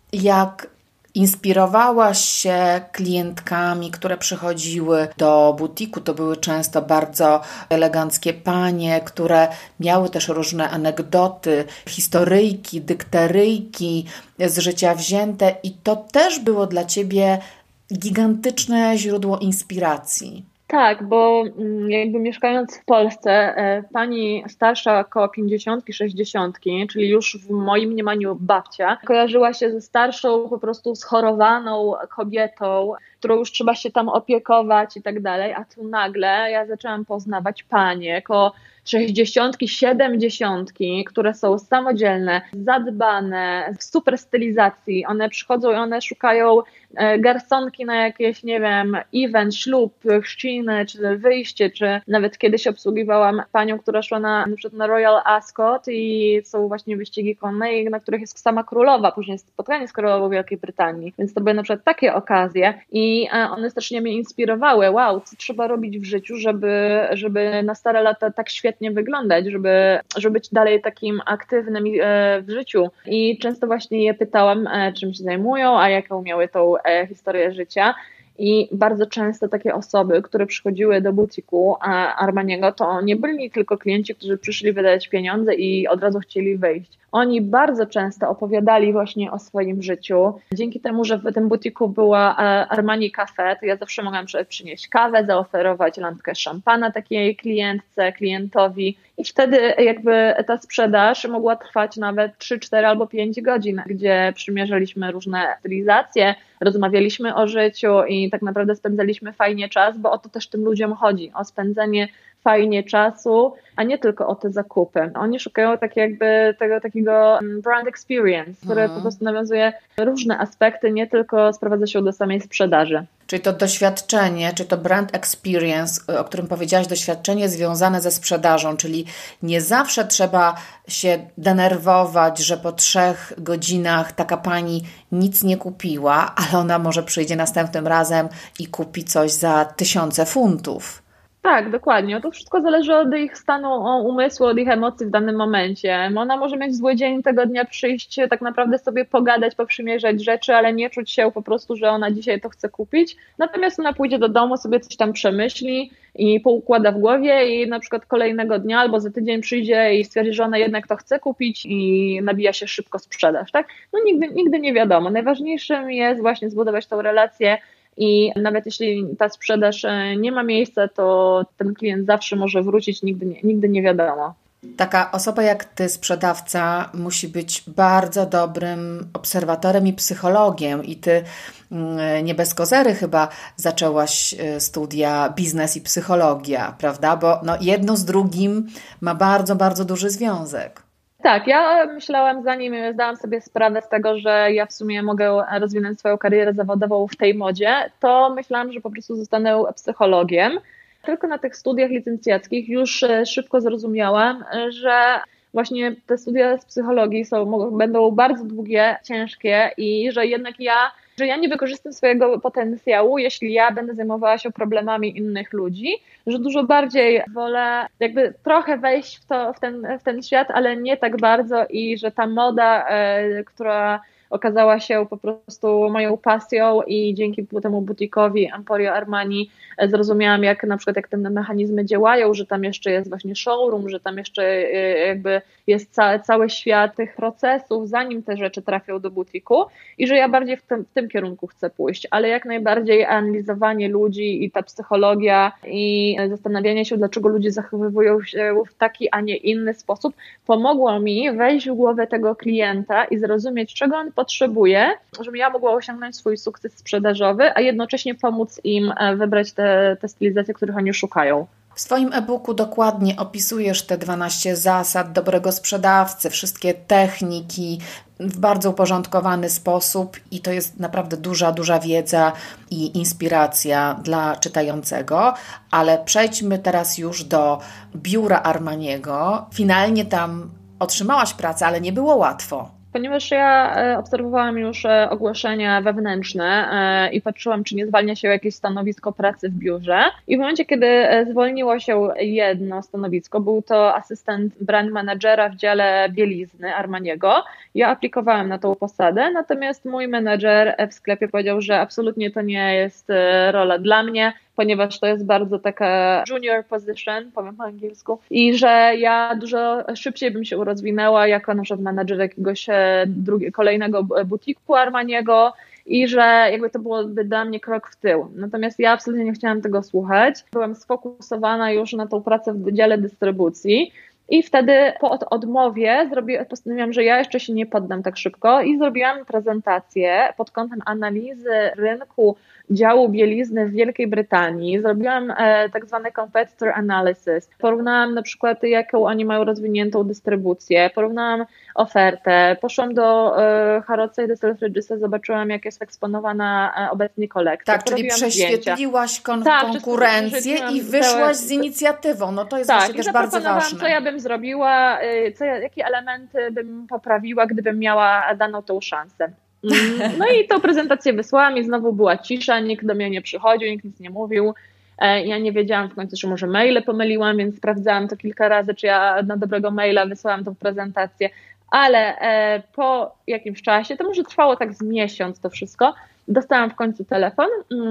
jak inspirowałaś się klientkami, które przychodziły do butiku. To były często bardzo eleganckie panie, które miały też różne anegdoty, historyjki, dykteryjki z życia wzięte i to też było dla ciebie gigantyczne źródło inspiracji. Tak, bo jakby mieszkając w Polsce, pani starsza około 50, 60, czyli już w moim mniemaniu babcia, kojarzyła się ze starszą, po prostu schorowaną kobietą, którą już trzeba się tam opiekować i tak dalej, a tu nagle ja zaczęłam poznawać panie koło 60, 70, które są samodzielne, zadbane, w super stylizacji. One przychodzą i one szukają garsonki na jakieś, nie wiem, event, ślub, chrzciny, czy wyjście, czy nawet kiedyś obsługiwałam panią, która szła na przykład na Royal Ascot i są właśnie wyścigi konne, na których jest sama królowa, później jest spotkanie z królową Wielkiej Brytanii. Więc to były na przykład takie okazje i one strasznie mnie inspirowały. Wow, co trzeba robić w życiu, żeby na stare lata tak świetnie wyglądać, żeby być dalej takim aktywnym w życiu. I często właśnie je pytałam, czym się zajmują, a jaką miały tą historię życia. I bardzo często takie osoby, które przychodziły do butiku Armaniego, to nie byli tylko klienci, którzy przyszli wydać pieniądze i od razu chcieli wyjść. Oni bardzo często opowiadali właśnie o swoim życiu. Dzięki temu, że w tym butiku była Armani Cafe, to ja zawsze mogłam przynieść kawę, zaoferować lampkę szampana takiej klientowi i wtedy jakby ta sprzedaż mogła trwać nawet 3, 4 albo 5 godzin, gdzie przymierzaliśmy różne stylizacje, rozmawialiśmy o życiu i tak naprawdę spędzaliśmy fajnie czas, bo o to też tym ludziom chodzi, o spędzenie fajnie czasu, a nie tylko o te zakupy. Oni szukają tego takiego brand experience, które po prostu nawiązuje różne aspekty, nie tylko sprowadza się do samej sprzedaży. Czyli to doświadczenie, czy to brand experience, o którym powiedziałaś, doświadczenie związane ze sprzedażą, czyli nie zawsze trzeba się denerwować, że po 3 godzinach taka pani nic nie kupiła, ale ona może przyjdzie następnym razem i kupi coś za 1000 funtów. Tak, dokładnie. To wszystko zależy od ich stanu umysłu, od ich emocji w danym momencie. Ona może mieć zły dzień tego dnia, przyjść tak naprawdę sobie pogadać, poprzymierzać rzeczy, ale nie czuć się po prostu, że ona dzisiaj to chce kupić. Natomiast ona pójdzie do domu, sobie coś tam przemyśli i poukłada w głowie i na przykład kolejnego dnia albo za tydzień przyjdzie i stwierdzi, że ona jednak to chce kupić i nabija się szybko sprzedaż, tak? No nigdy nie wiadomo. Najważniejszym jest właśnie zbudować tą relację. I nawet jeśli ta sprzedaż nie ma miejsca, to ten klient zawsze może wrócić, nigdy nie wiadomo. Taka osoba jak ty, sprzedawca, musi być bardzo dobrym obserwatorem i psychologiem. I ty nie bez kozery chyba zaczęłaś studia biznes i psychologia, prawda? Bo jedno z drugim ma bardzo, bardzo duży związek. Tak, ja myślałam, zanim zdałam sobie sprawę z tego, że ja w sumie mogę rozwinąć swoją karierę zawodową w tej modzie, to myślałam, że po prostu zostanę psychologiem. Tylko na tych studiach licencjackich już szybko zrozumiałam, że właśnie te studia z psychologii będą bardzo długie, ciężkie i że jednak ja nie wykorzystam swojego potencjału, jeśli ja będę zajmowała się problemami innych ludzi, że dużo bardziej wolę jakby trochę wejść w ten świat, ale nie tak bardzo i że ta moda, która okazała się po prostu moją pasją i dzięki temu butikowi Emporio Armani zrozumiałam, jak te mechanizmy działają, że tam jeszcze jest właśnie showroom, że tam jeszcze jakby jest cały świat tych procesów, zanim te rzeczy trafią do butiku i że ja bardziej w tym kierunku chcę pójść, ale jak najbardziej analizowanie ludzi i ta psychologia i zastanawianie się, dlaczego ludzie zachowują się w taki, a nie inny sposób, pomogło mi wejść w głowę tego klienta i zrozumieć, czego on potrzebuje, żebym ja mogła osiągnąć swój sukces sprzedażowy, a jednocześnie pomóc im wybrać te stylizacje, których oni szukają. W swoim e-booku dokładnie opisujesz te 12 zasad dobrego sprzedawcy, wszystkie techniki w bardzo uporządkowany sposób i to jest naprawdę duża, duża wiedza i inspiracja dla czytającego, ale przejdźmy teraz już do biura Armaniego. Finalnie tam otrzymałaś pracę, ale nie było łatwo. Ponieważ ja obserwowałam już ogłoszenia wewnętrzne i patrzyłam, czy nie zwalnia się jakieś stanowisko pracy w biurze. I w momencie, kiedy zwolniło się jedno stanowisko, był to asystent brand managera w dziale bielizny Armaniego. Ja aplikowałam na tą posadę, natomiast mój menadżer w sklepie powiedział, że absolutnie to nie jest rola dla mnie, ponieważ to jest bardzo taka junior position, powiem po angielsku, i że ja dużo szybciej bym się rozwinęła jako na przykład menadżer jakiegoś kolejnego butiku Armaniego i że jakby to byłoby dla mnie krok w tył. Natomiast ja absolutnie nie chciałam tego słuchać. Byłam sfokusowana już na tą pracę w dziale dystrybucji. I wtedy po odmowie postanowiłam, że ja jeszcze się nie poddam tak szybko i zrobiłam prezentację pod kątem analizy rynku działu bielizny w Wielkiej Brytanii. Zrobiłam tak zwany competitor analysis. Porównałam na przykład, jaką oni mają rozwiniętą dystrybucję, porównałam ofertę, poszłam do Harrodsa i do Selfridgesa, zobaczyłam, jak jest eksponowana obecnie kolekcja. Tak, czyli prześwietliłaś konkurencję i wyszłaś z inicjatywą. No to jest właśnie też bardzo ważne. Co ja bym zrobiła, jakie elementy bym poprawiła, gdybym miała daną tą szansę. No i tą prezentację wysłałam i znowu była cisza, nikt do mnie nie przychodził, nikt nic nie mówił. Ja nie wiedziałam w końcu, czy może maile pomyliłam, więc sprawdzałam to kilka razy, czy ja na dobrego maila wysłałam tą prezentację, ale po jakimś czasie, to może trwało tak z miesiąc to wszystko, dostałam w końcu telefon,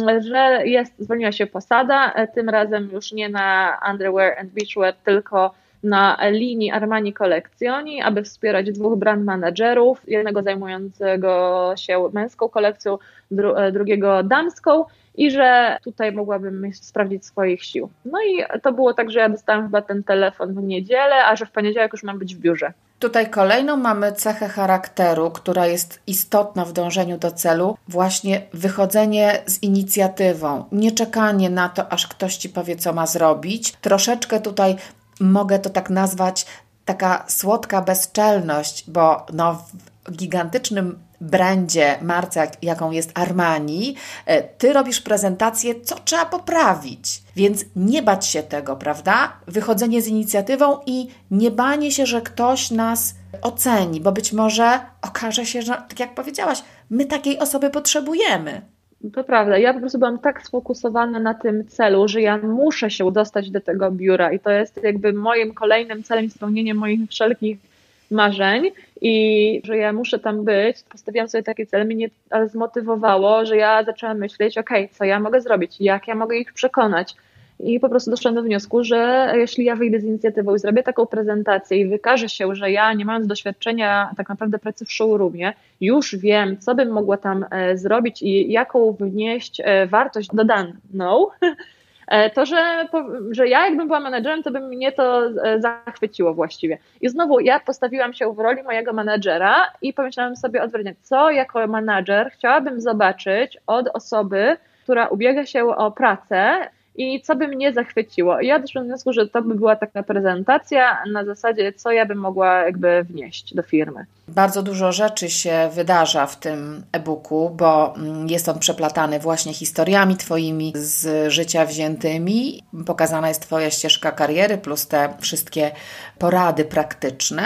że zwolniła się posada, tym razem już nie na underwear and beachwear, tylko na linii Armani Collezioni, aby wspierać 2 brand managerów, jednego zajmującego się męską kolekcją, drugiego damską, i że tutaj mogłabym sprawdzić swoich sił. No i to było tak, że ja dostałam chyba ten telefon w niedzielę, a że w poniedziałek już mam być w biurze. Tutaj kolejną mamy cechę charakteru, która jest istotna w dążeniu do celu, właśnie wychodzenie z inicjatywą, nie czekanie na to, aż ktoś ci powie, co ma zrobić. Troszeczkę tutaj mogę to tak nazwać, taka słodka bezczelność, bo w gigantycznym brandzie, marce, jaką jest Armani, ty robisz prezentację, co trzeba poprawić. Więc nie bać się tego, prawda? Wychodzenie z inicjatywą i nie banie się, że ktoś nas oceni, bo być może okaże się, że, tak jak powiedziałaś, my takiej osoby potrzebujemy. To prawda. Ja po prostu byłam tak sfokusowana na tym celu, że ja muszę się dostać do tego biura i to jest jakby moim kolejnym celem, spełnienie moich wszelkich marzeń i że ja muszę tam być. Postawiłam sobie taki cel, mnie zmotywowało, że ja zaczęłam myśleć, co ja mogę zrobić, jak ja mogę ich przekonać. I po prostu doszłam do wniosku, że jeśli ja wyjdę z inicjatywą i zrobię taką prezentację i wykaże się, że ja, nie mając doświadczenia tak naprawdę pracy w showroomie, już wiem, co bym mogła tam zrobić i jaką wnieść wartość dodaną, to, że ja jakbym była menedżerem, to by mnie to zachwyciło właściwie. I znowu ja postawiłam się w roli mojego menedżera i pomyślałam sobie odwrotnie, co jako menedżer chciałabym zobaczyć od osoby, która ubiega się o pracę i co by mnie zachwyciło. I ja doszłam do wniosku, że to by była taka prezentacja na zasadzie, co ja bym mogła jakby wnieść do firmy. Bardzo dużo rzeczy się wydarza w tym e-booku, bo jest on przeplatany właśnie historiami twoimi z życia wziętymi. Pokazana jest twoja ścieżka kariery plus te wszystkie porady praktyczne.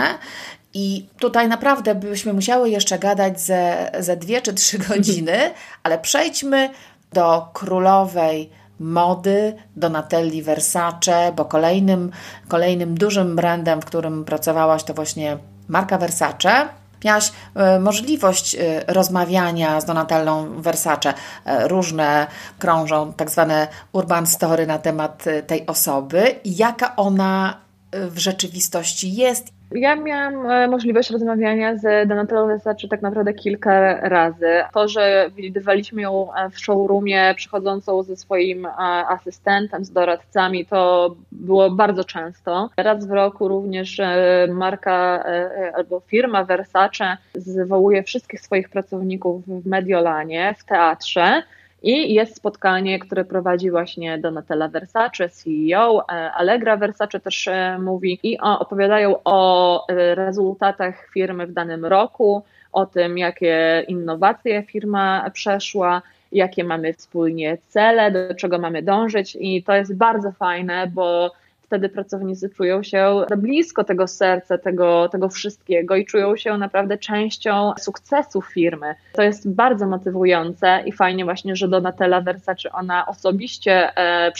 I tutaj naprawdę byśmy musiały jeszcze gadać ze 2 czy 3 godziny, ale przejdźmy do królowej mody, Donatelli Versace, bo kolejnym dużym brandem, w którym pracowałaś, to właśnie marka Versace. Miałaś możliwość rozmawiania z Donatellą Versace. Różne krążą tak zwane urban story na temat tej osoby i jaka ona w rzeczywistości jest. Ja miałam możliwość rozmawiania z Donatellą Versace tak naprawdę kilka razy. To, że widywaliśmy ją w showroomie przychodzącą ze swoim asystentem, z doradcami, to było bardzo często. Raz w roku również marka albo firma Versace zwołuje wszystkich swoich pracowników w Mediolanie, w teatrze. I jest spotkanie, które prowadzi właśnie Donatella Versace, CEO, Allegra Versace też mówi i opowiadają o rezultatach firmy w danym roku, o tym, jakie innowacje firma przeszła, jakie mamy wspólnie cele, do czego mamy dążyć i to jest bardzo fajne, bo wtedy pracownicy czują się blisko tego serca, tego wszystkiego i czują się naprawdę częścią sukcesu firmy. To jest bardzo motywujące i fajnie właśnie, że Donatella Versace, ona osobiście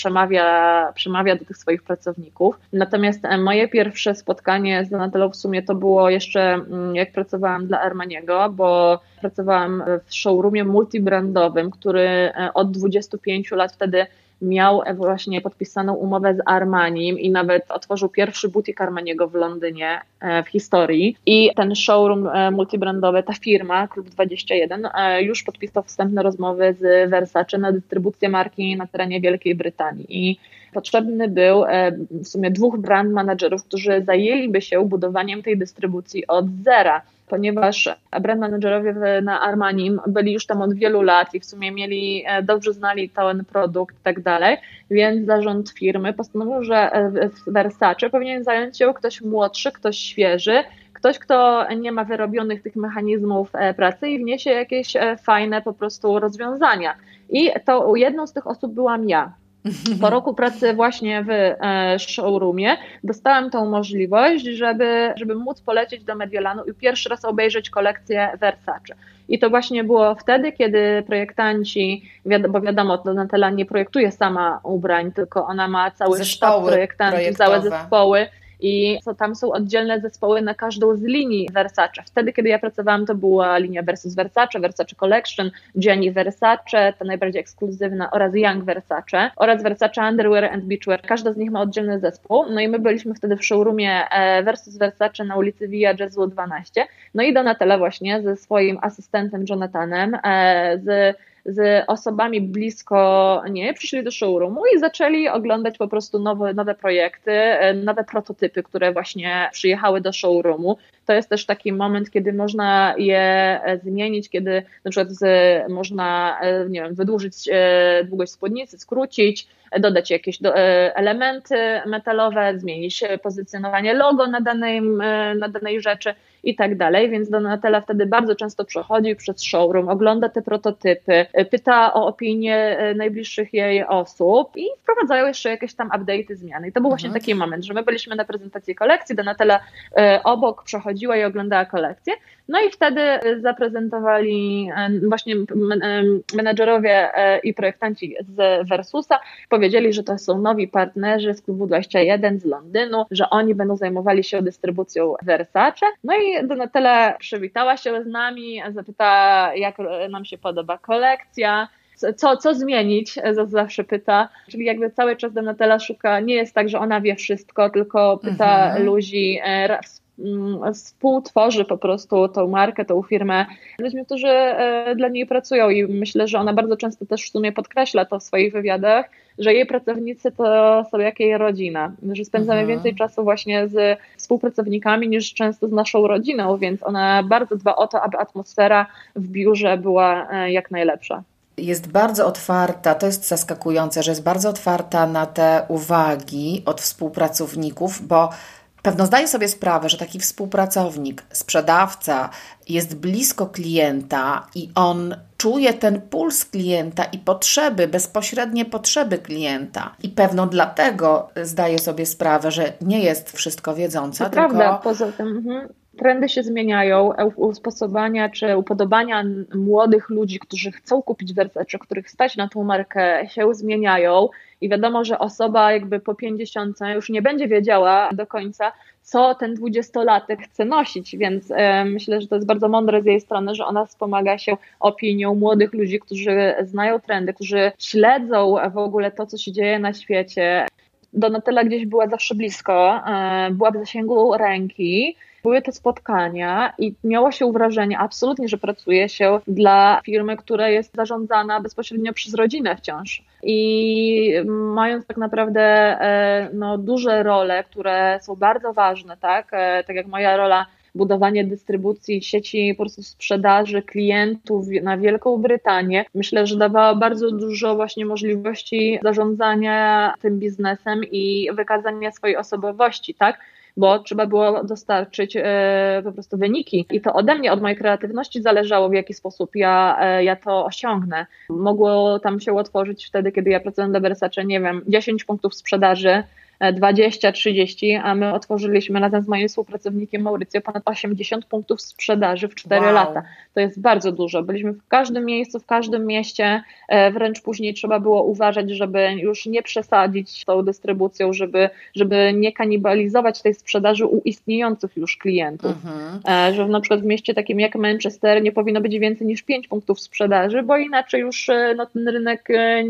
przemawia do tych swoich pracowników. Natomiast moje pierwsze spotkanie z Donatellą w sumie to było jeszcze jak pracowałam dla Armaniego, bo pracowałam w showroomie multibrandowym, który od 25 lat wtedy miał właśnie podpisaną umowę z Armanim i nawet otworzył pierwszy butik Armaniego w Londynie w historii. I ten showroom multibrandowy, ta firma, Klub 21, już podpisał wstępne rozmowy z Versace na dystrybucję marki na terenie Wielkiej Brytanii. I potrzebny był w sumie 2 brand managerów, którzy zajęliby się budowaniem tej dystrybucji od zera, ponieważ brand managerowie na Armanim byli już tam od wielu lat i w sumie dobrze znali ten produkt i tak dalej, więc zarząd firmy postanowił, że w Versace powinien zająć się ktoś młodszy, ktoś świeży, ktoś, kto nie ma wyrobionych tych mechanizmów pracy i wniesie jakieś fajne po prostu rozwiązania. I to jedną z tych osób byłam ja. Po roku pracy właśnie w showroomie dostałam tą możliwość, żeby móc polecieć do Mediolanu i pierwszy raz obejrzeć kolekcję Versace. I to właśnie było wtedy, kiedy projektanci, bo wiadomo, Donatella nie projektuje sama ubrań, tylko ona ma cały sztab projektantów, całe zespoły. i tam są oddzielne zespoły na każdą z linii Versace. Wtedy, kiedy ja pracowałam, to była linia Versus Versace, Versace Collection, Gianni Versace, ta najbardziej ekskluzywna, oraz Young Versace, oraz Versace Underwear and Beachwear. Każda z nich ma oddzielny zespół. No i my byliśmy wtedy w showroomie Versus Versace na ulicy Via Gesù 12. No i Donatella właśnie ze swoim asystentem Jonathanem, z osobami blisko nie, przyszli do showroomu i zaczęli oglądać po prostu nowe projekty, nowe prototypy, które właśnie przyjechały do showroomu. To jest też taki moment, kiedy można je zmienić, kiedy na przykład można, nie wiem, wydłużyć długość spódnicy, skrócić, dodać jakieś elementy metalowe, zmienić pozycjonowanie logo na danej rzeczy i tak dalej, więc Donatella wtedy bardzo często przechodzi przez showroom, ogląda te prototypy, pyta o opinię najbliższych jej osób i wprowadzają jeszcze jakieś tam update'y, zmiany. I to był właśnie taki moment, że my byliśmy na prezentacji kolekcji, Donatella obok przechodziła i oglądała kolekcję, no i wtedy zaprezentowali właśnie menedżerowie i projektanci z Versusa, powiedzieli, że to są nowi partnerzy z Klubu 21 z Londynu, że oni będą zajmowali się dystrybucją Versace. No i Donatella przywitała się z nami, zapytała, jak nam się podoba kolekcja, co zmienić, zawsze pyta. Czyli jakby cały czas Donatella szuka, nie jest tak, że ona wie wszystko, tylko pyta ludzi, współtworzy po prostu tą markę, tą firmę ludźmi, którzy dla niej pracują i myślę, że ona bardzo często też w sumie podkreśla to w swoich wywiadach, że jej pracownicy to są jak jej rodzina, że spędzamy więcej czasu właśnie z współpracownikami niż często z naszą rodziną, więc ona bardzo dba o to, aby atmosfera w biurze była jak najlepsza. Jest bardzo otwarta, to jest zaskakujące, że jest bardzo otwarta na te uwagi od współpracowników, bo pewno zdaję sobie sprawę, że taki współpracownik, sprzedawca jest blisko klienta i on czuje ten puls klienta i bezpośrednie potrzeby klienta. I pewno dlatego zdaje sobie sprawę, że nie jest wszystko wiedząca. To prawda, poza tym trendy się zmieniają, usposobania czy upodobania młodych ludzi, którzy chcą kupić Versace, których stać na tą markę, się zmieniają i wiadomo, że osoba jakby po 50 już nie będzie wiedziała do końca, co ten 20-latek chce nosić, więc myślę, że to jest bardzo mądre z jej strony, że ona wspomaga się opinią młodych ludzi, którzy znają trendy, którzy śledzą w ogóle to, co się dzieje na świecie. Donatella gdzieś była zawsze blisko, była w zasięgu ręki, były te spotkania i miało się wrażenie absolutnie, że pracuje się dla firmy, która jest zarządzana bezpośrednio przez rodzinę wciąż. I mając tak naprawdę duże role, które są bardzo ważne, tak jak moja rola, budowanie dystrybucji sieci po prostu sprzedaży klientów na Wielką Brytanię. Myślę, że dawała bardzo dużo właśnie możliwości zarządzania tym biznesem i wykazania swojej osobowości, tak? Bo trzeba było dostarczyć po prostu wyniki i to ode mnie, od mojej kreatywności zależało, w jaki sposób ja to osiągnę. Mogło tam się otworzyć wtedy, kiedy ja pracowałam dla Versace, nie wiem, 10 punktów sprzedaży, 20, 30, a my otworzyliśmy razem z moim współpracownikiem Maurycjo ponad 80 punktów sprzedaży w 4 lata. To jest bardzo dużo. Byliśmy w każdym miejscu, w każdym mieście, wręcz później trzeba było uważać, żeby już nie przesadzić z tą dystrybucją, żeby nie kanibalizować tej sprzedaży u istniejących już klientów. Że na przykład w mieście takim jak Manchester nie powinno być więcej niż 5 punktów sprzedaży, bo inaczej już ten rynek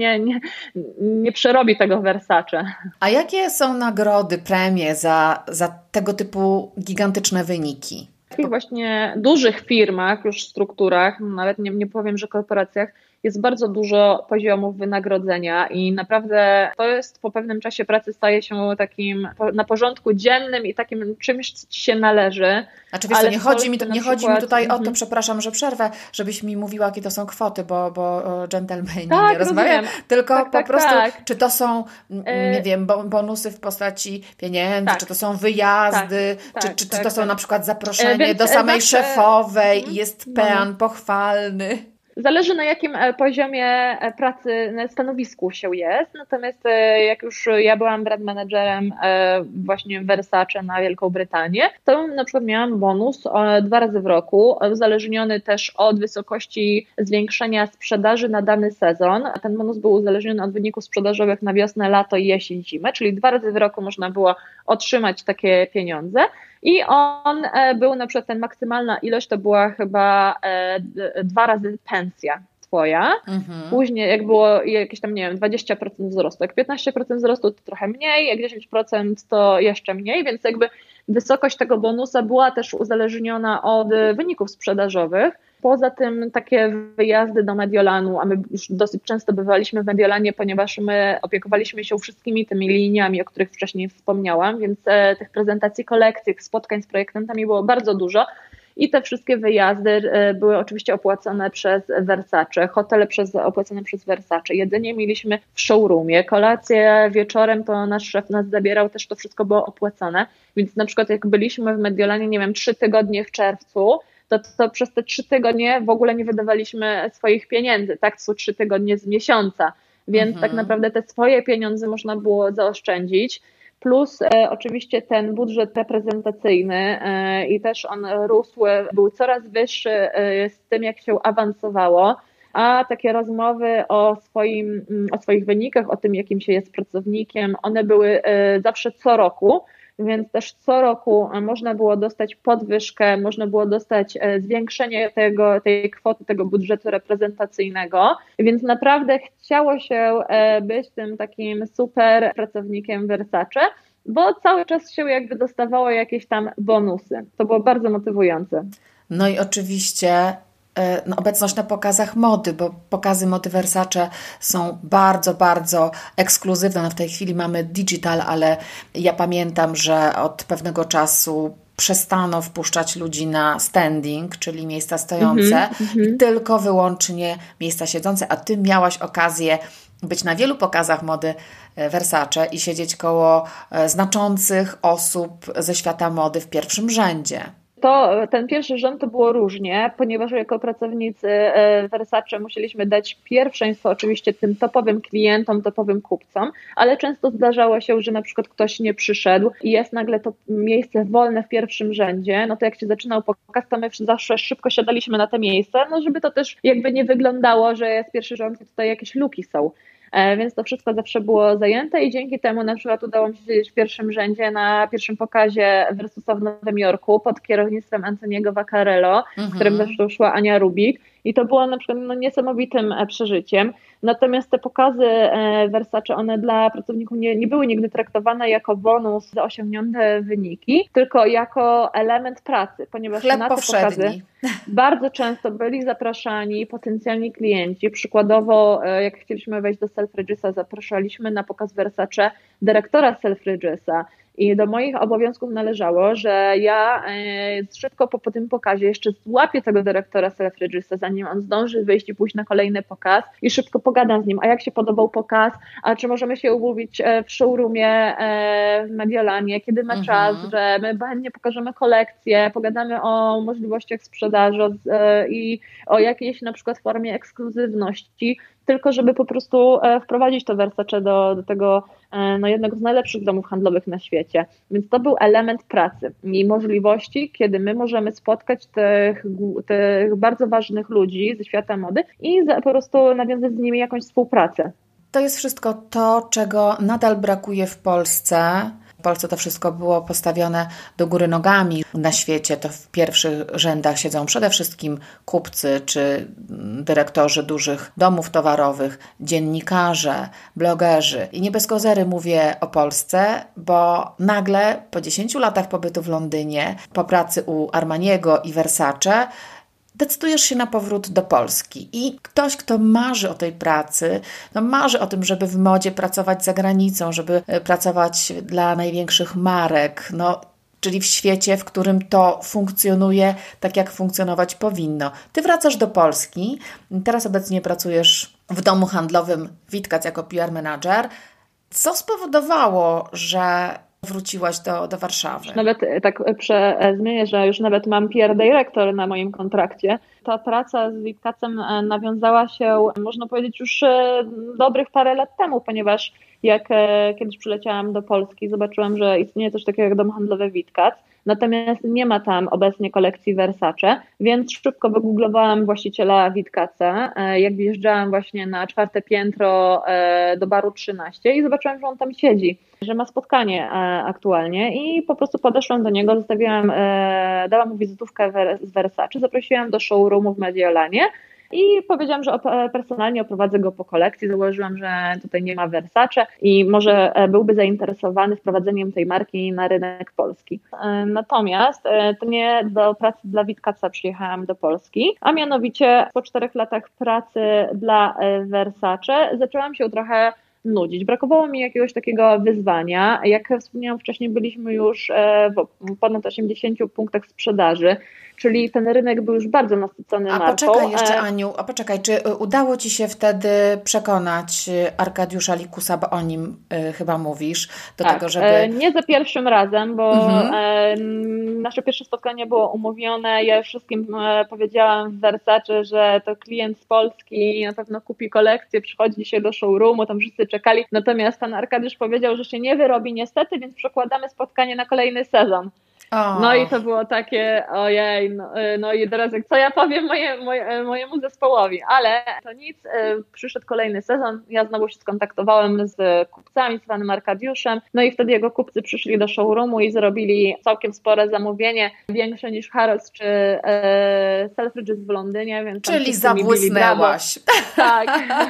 nie przerobi tego Versace. A jakie są nagrody, premie za tego typu gigantyczne wyniki? W takich właśnie dużych firmach, już strukturach, nawet nie powiem, że korporacjach, jest bardzo dużo poziomów wynagrodzenia i naprawdę to jest po pewnym czasie pracy staje się takim na porządku dziennym i takim czymś, co ci się należy. Znaczy wiesz co, nie chodzi mi tutaj o to, przepraszam, że przerwę, żebyś mi mówiła, jakie to są kwoty, bo dżentelmeni nie rozmawiają, tylko po prostu, czy to są, nie wiem, bonusy w postaci pieniędzy, czy to są wyjazdy, czy to są na przykład zaproszenie do samej szefowej i jest pean pochwalny. Zależy na jakim poziomie pracy, na stanowisku się jest, natomiast jak już ja byłam brand managerem właśnie w Versace na Wielką Brytanię, to na przykład miałam bonus 2 razy w roku, uzależniony też od wysokości zwiększenia sprzedaży na dany sezon. Ten bonus był uzależniony od wyników sprzedażowych na wiosnę, lato, jesień, zimę, czyli 2 razy w roku można było otrzymać takie pieniądze. I on był na przykład, ten maksymalna ilość to była chyba 2 razy pensja twoja. Później jak było jakieś tam, nie wiem, 20% wzrostu, jak 15% wzrostu to trochę mniej, jak 10% to jeszcze mniej, więc jakby wysokość tego bonusa była też uzależniona od wyników sprzedażowych. Poza tym takie wyjazdy do Mediolanu, a my już dosyć często bywaliśmy w Mediolanie, ponieważ my opiekowaliśmy się wszystkimi tymi liniami, o których wcześniej wspomniałam, więc tych prezentacji kolekcji, spotkań z projektantami było bardzo dużo. I te wszystkie wyjazdy były oczywiście opłacone przez Versace, hotele opłacone przez Versace, jedzenie mieliśmy w showroomie, kolację wieczorem to nasz szef nas zabierał, też to wszystko było opłacone, więc na przykład jak byliśmy w Mediolanie, nie wiem, 3 tygodnie w czerwcu, to przez te 3 tygodnie w ogóle nie wydawaliśmy swoich pieniędzy, tak, to są 3 tygodnie z miesiąca, więc tak naprawdę te swoje pieniądze można było zaoszczędzić. Plus oczywiście ten budżet reprezentacyjny i też on rósł, był coraz wyższy z tym, jak się awansowało, a takie rozmowy o swoich wynikach, o tym, jakim się jest pracownikiem, one były zawsze co roku, więc też co roku można było dostać podwyżkę, można było dostać zwiększenie tej kwoty, tego budżetu reprezentacyjnego, więc naprawdę chciało się być tym takim super pracownikiem Versace, bo cały czas się jakby dostawało jakieś tam bonusy. To było bardzo motywujące. No i oczywiście obecność na pokazach mody, bo pokazy mody Versace są bardzo, bardzo ekskluzywne. No w tej chwili mamy digital, ale ja pamiętam, że od pewnego czasu przestano wpuszczać ludzi na standing, czyli miejsca stojące, i tylko wyłącznie miejsca siedzące, a Ty miałaś okazję być na wielu pokazach mody Versace i siedzieć koło znaczących osób ze świata mody w pierwszym rzędzie. Ten pierwszy rząd to było różnie, ponieważ jako pracownicy Versace musieliśmy dać pierwszeństwo oczywiście tym topowym klientom, topowym kupcom, ale często zdarzało się, że na przykład ktoś nie przyszedł i jest nagle to miejsce wolne w pierwszym rzędzie, no to jak się zaczynał pokaz, to my zawsze szybko siadaliśmy na te miejsca, no żeby to też jakby nie wyglądało, że jest pierwszy rząd i tutaj jakieś luki są. Więc to wszystko zawsze było zajęte i dzięki temu na przykład udało mi się siedzieć w pierwszym rzędzie na pierwszym pokazie Versusa w Nowym Jorku pod kierownictwem Antoniego Vaccarello, w którym zresztą szła Ania Rubik i to było na przykład niesamowitym przeżyciem. Natomiast te pokazy Versace, one dla pracowników nie były nigdy traktowane jako bonus za osiągnięte wyniki, tylko jako element pracy, ponieważ chleb na te pokazy bardzo często byli zapraszani potencjalni klienci. Przykładowo, jak chcieliśmy wejść do Selfridgesa, zapraszaliśmy na pokaz Versace dyrektora Selfridgesa. I do moich obowiązków należało, że ja szybko po tym pokazie jeszcze złapię tego dyrektora Selfridgesa, zanim on zdąży wyjść i pójść na kolejny pokaz i szybko pogadam z nim, a jak się podobał pokaz, a czy możemy się umówić w showroomie w Mediolanie, kiedy ma czas, że my chętnie pokażemy kolekcję, pogadamy o możliwościach sprzedaży i o jakiejś na przykład formie ekskluzywności, tylko żeby po prostu wprowadzić to Versace do tego jednego z najlepszych domów handlowych na świecie. Więc to był element pracy i możliwości, kiedy my możemy spotkać tych bardzo ważnych ludzi ze świata mody i po prostu nawiązać z nimi jakąś współpracę. To jest wszystko to, czego nadal brakuje w Polsce. W Polsce to wszystko było postawione do góry nogami. Na świecie to w pierwszych rzędach siedzą przede wszystkim kupcy czy dyrektorzy dużych domów towarowych, dziennikarze, blogerzy. I nie bez kozery mówię o Polsce, bo nagle po 10 latach pobytu w Londynie, po pracy u Armaniego i Versace, decydujesz się na powrót do Polski i ktoś, kto marzy o tej pracy, marzy o tym, żeby w modzie pracować za granicą, żeby pracować dla największych marek, czyli w świecie, w którym to funkcjonuje tak, jak funkcjonować powinno. Ty wracasz do Polski, teraz obecnie pracujesz w domu handlowym Witkac jako PR manager. Co spowodowało, że wróciłaś do Warszawy. Nawet tak zmienię, że już nawet mam PR Director na moim kontrakcie. Ta praca z Witkacem nawiązała się, można powiedzieć, już dobrych parę lat temu, ponieważ jak kiedyś przyleciałam do Polski, zobaczyłam, że istnieje coś takiego jak dom handlowy Witkac, natomiast nie ma tam obecnie kolekcji Versace, więc szybko wygooglowałam właściciela Witkaca, jak wjeżdżałam właśnie na 4. piętro do baru 13 i zobaczyłam, że on tam siedzi, że ma spotkanie aktualnie i po prostu podeszłam do niego, dałam mu wizytówkę z Versace, zaprosiłam do showroomu w Mediolanie i powiedziałam, że personalnie oprowadzę go po kolekcji. Założyłam, że tutaj nie ma Versace i może byłby zainteresowany wprowadzeniem tej marki na rynek polski. Natomiast to nie do pracy dla Witkaca przyjechałam do Polski, a mianowicie po 4 latach pracy dla Versace zaczęłam się trochę nudzić. Brakowało mi jakiegoś takiego wyzwania. Jak wspomniałam wcześniej, byliśmy już w ponad 80 punktach sprzedaży, czyli ten rynek był już bardzo nasycony marką. Poczekaj jeszcze, Aniu, czy udało Ci się wtedy przekonać Arkadiusza Likusa, bo o nim chyba mówisz, do tego, żeby... Nie za pierwszym razem, bo nasze pierwsze spotkanie było umówione, ja już wszystkim powiedziałam w Versace, że to klient z Polski na pewno kupi kolekcję, przychodzi dzisiaj do showroomu, tam wszyscy czekali, natomiast pan Arkadiusz powiedział, że się nie wyrobi niestety, więc przekładamy spotkanie na kolejny sezon. No i to było takie, ojej, no i teraz co ja powiem mojemu zespołowi, ale to nic, przyszedł kolejny sezon, ja znowu się skontaktowałem z kupcami, z panem Arkadiuszem, no i wtedy jego kupcy przyszli do showroomu i zrobili całkiem spore zamówienie, większe niż Harrods czy Selfridges w Londynie, więc czyli zabłysnęłaś. Tak.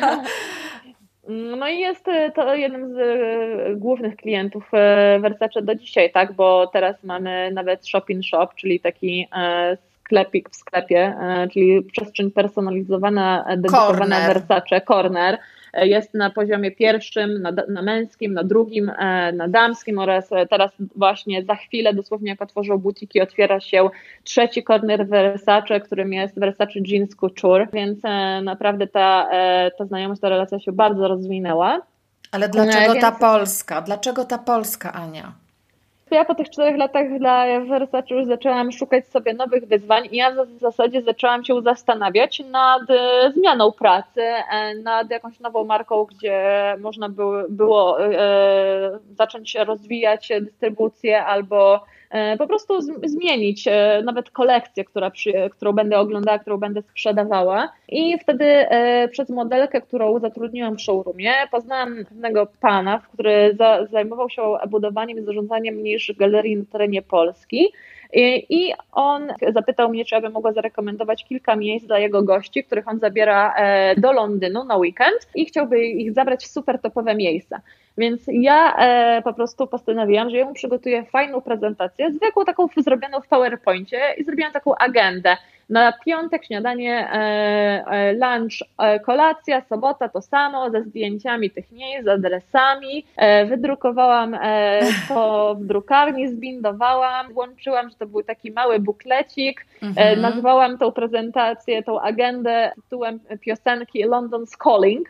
No i jest to jednym z głównych klientów Versace do dzisiaj, tak, bo teraz mamy nawet shop in shop, czyli taki sklepik w sklepie, czyli przestrzeń personalizowana, dedykowana Versace, corner. Jest na poziomie pierwszym, na męskim, na drugim, na damskim oraz teraz właśnie za chwilę, dosłownie jak otworzą butiki, otwiera się 3. corner Versace, którym jest Versace Jeans Couture, więc naprawdę ta znajomość, ta relacja się bardzo rozwinęła. Ale dlaczego ta Polska? Dlaczego ta Polska, Ania? Ja po tych 4 latach dla Versace już zaczęłam szukać sobie nowych wyzwań i ja w zasadzie zaczęłam się zastanawiać nad zmianą pracy, nad jakąś nową marką, gdzie można było zacząć rozwijać dystrybucję albo po prostu zmienić nawet kolekcję, którą będę oglądała, którą będę sprzedawała. I wtedy przez modelkę, którą zatrudniłam w showroomie, poznałam pewnego pana, który zajmował się budowaniem i zarządzaniem mniejszych galerii na terenie Polski. I on zapytał mnie, czy ja bym mogła zarekomendować kilka miejsc dla jego gości, których on zabiera do Londynu na weekend i chciałby ich zabrać w super topowe miejsca. Więc ja po prostu postanowiłam, że ja mu przygotuję fajną prezentację, zwykłą taką zrobioną w PowerPoincie i zrobiłam taką agendę. Na piątek śniadanie, lunch, kolacja, sobota to samo, ze zdjęciami tych miejsc, z adresami. Wydrukowałam to w drukarni, zbindowałam, włączyłam, że to był taki mały buklecik. Nazwałam tą prezentację, tą agendę tytułem piosenki London's Calling.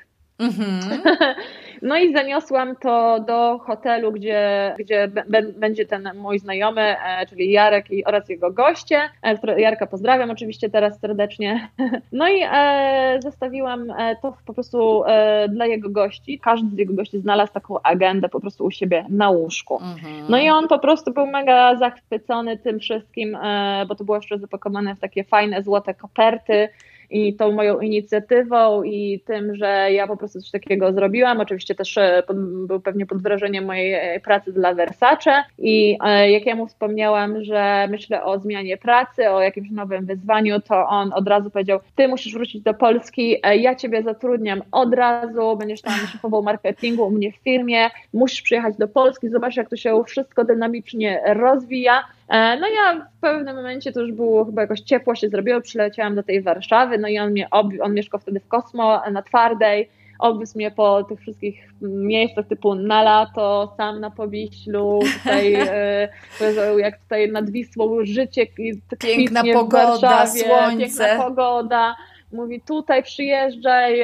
No i zaniosłam to do hotelu, gdzie będzie ten mój znajomy, czyli Jarek oraz jego goście. Jarka pozdrawiam oczywiście teraz serdecznie. No i zostawiłam to po prostu dla jego gości. Każdy z jego gości znalazł taką agendę po prostu u siebie na łóżku. No i on po prostu był mega zachwycony tym wszystkim, bo to było jeszcze zapakowane w takie fajne, złote koperty. I tą moją inicjatywą i tym, że ja po prostu coś takiego zrobiłam. Oczywiście też był pewnie pod wrażeniem mojej pracy dla Versace i jak ja mu wspomniałam, że myślę o zmianie pracy, o jakimś nowym wyzwaniu, to on od razu powiedział: ty musisz wrócić do Polski, ja ciebie zatrudniam od razu, będziesz tam szefową marketingu u mnie w firmie, musisz przyjechać do Polski, zobacz jak to się wszystko dynamicznie rozwija. No ja w pewnym momencie to już było chyba jakoś ciepło się zrobiło, przyleciałam do tej Warszawy, no i on mieszkał wtedy w Cosmo na Twardej, obwiózł mnie po tych wszystkich miejscach typu na lato, sam na Powiślu, tutaj jak tutaj nad Wisłą życie piękna pogoda, w Warszawie, słońce. Piękna pogoda. mówi tutaj przyjeżdżaj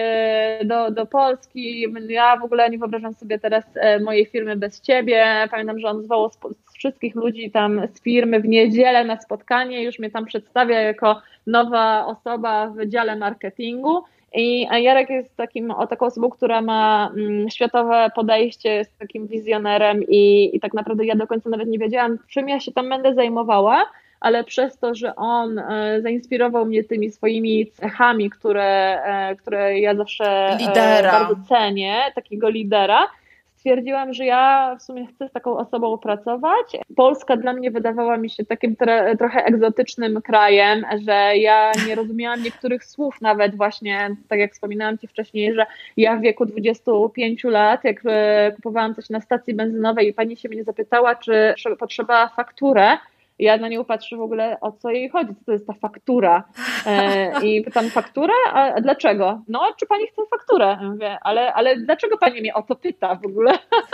do Polski, ja w ogóle nie wyobrażam sobie teraz mojej firmy bez ciebie. Pamiętam, że on zwołał z wszystkich ludzi tam z firmy w niedzielę na spotkanie, już mnie tam przedstawia jako nowa osoba w dziale marketingu. I Jarek jest taką osobą, która ma światowe podejście, jest takim wizjonerem i tak naprawdę ja do końca nawet nie wiedziałam, czym ja się tam będę zajmowała, ale przez to, że on zainspirował mnie tymi swoimi cechami, które ja zawsze bardzo cenię, takiego lidera, stwierdziłam, że ja w sumie chcę z taką osobą pracować. Polska dla mnie wydawała mi się takim trochę egzotycznym krajem, że ja nie rozumiałam niektórych słów nawet właśnie, tak jak wspominałam Ci wcześniej, że ja w wieku 25 lat, jak kupowałam coś na stacji benzynowej i pani się mnie zapytała, czy potrzeba fakturę, ja na nią patrzę w ogóle, o co jej chodzi, co to jest ta faktura. I pytam, faktura? A dlaczego? No, czy pani chce fakturę? Ja mówię, ale dlaczego pani mnie o to pyta w ogóle?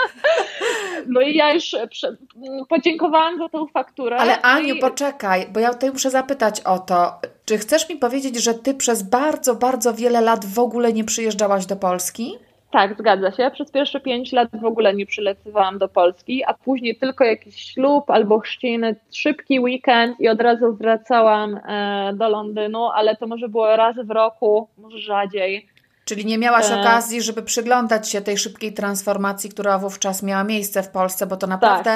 No i ja już podziękowałam za tą fakturę. Ale Aniu, poczekaj, bo ja tutaj muszę zapytać o to. Czy chcesz mi powiedzieć, że ty przez bardzo, bardzo wiele lat w ogóle nie przyjeżdżałaś do Polski? Tak, zgadza się. Przez pierwsze 5 lat w ogóle nie przylecywałam do Polski, a później tylko jakiś ślub albo chrzciny, szybki weekend i od razu wracałam do Londynu, ale to może było raz w roku, może rzadziej. Czyli nie miałaś okazji, żeby przyglądać się tej szybkiej transformacji, która wówczas miała miejsce w Polsce, bo to naprawdę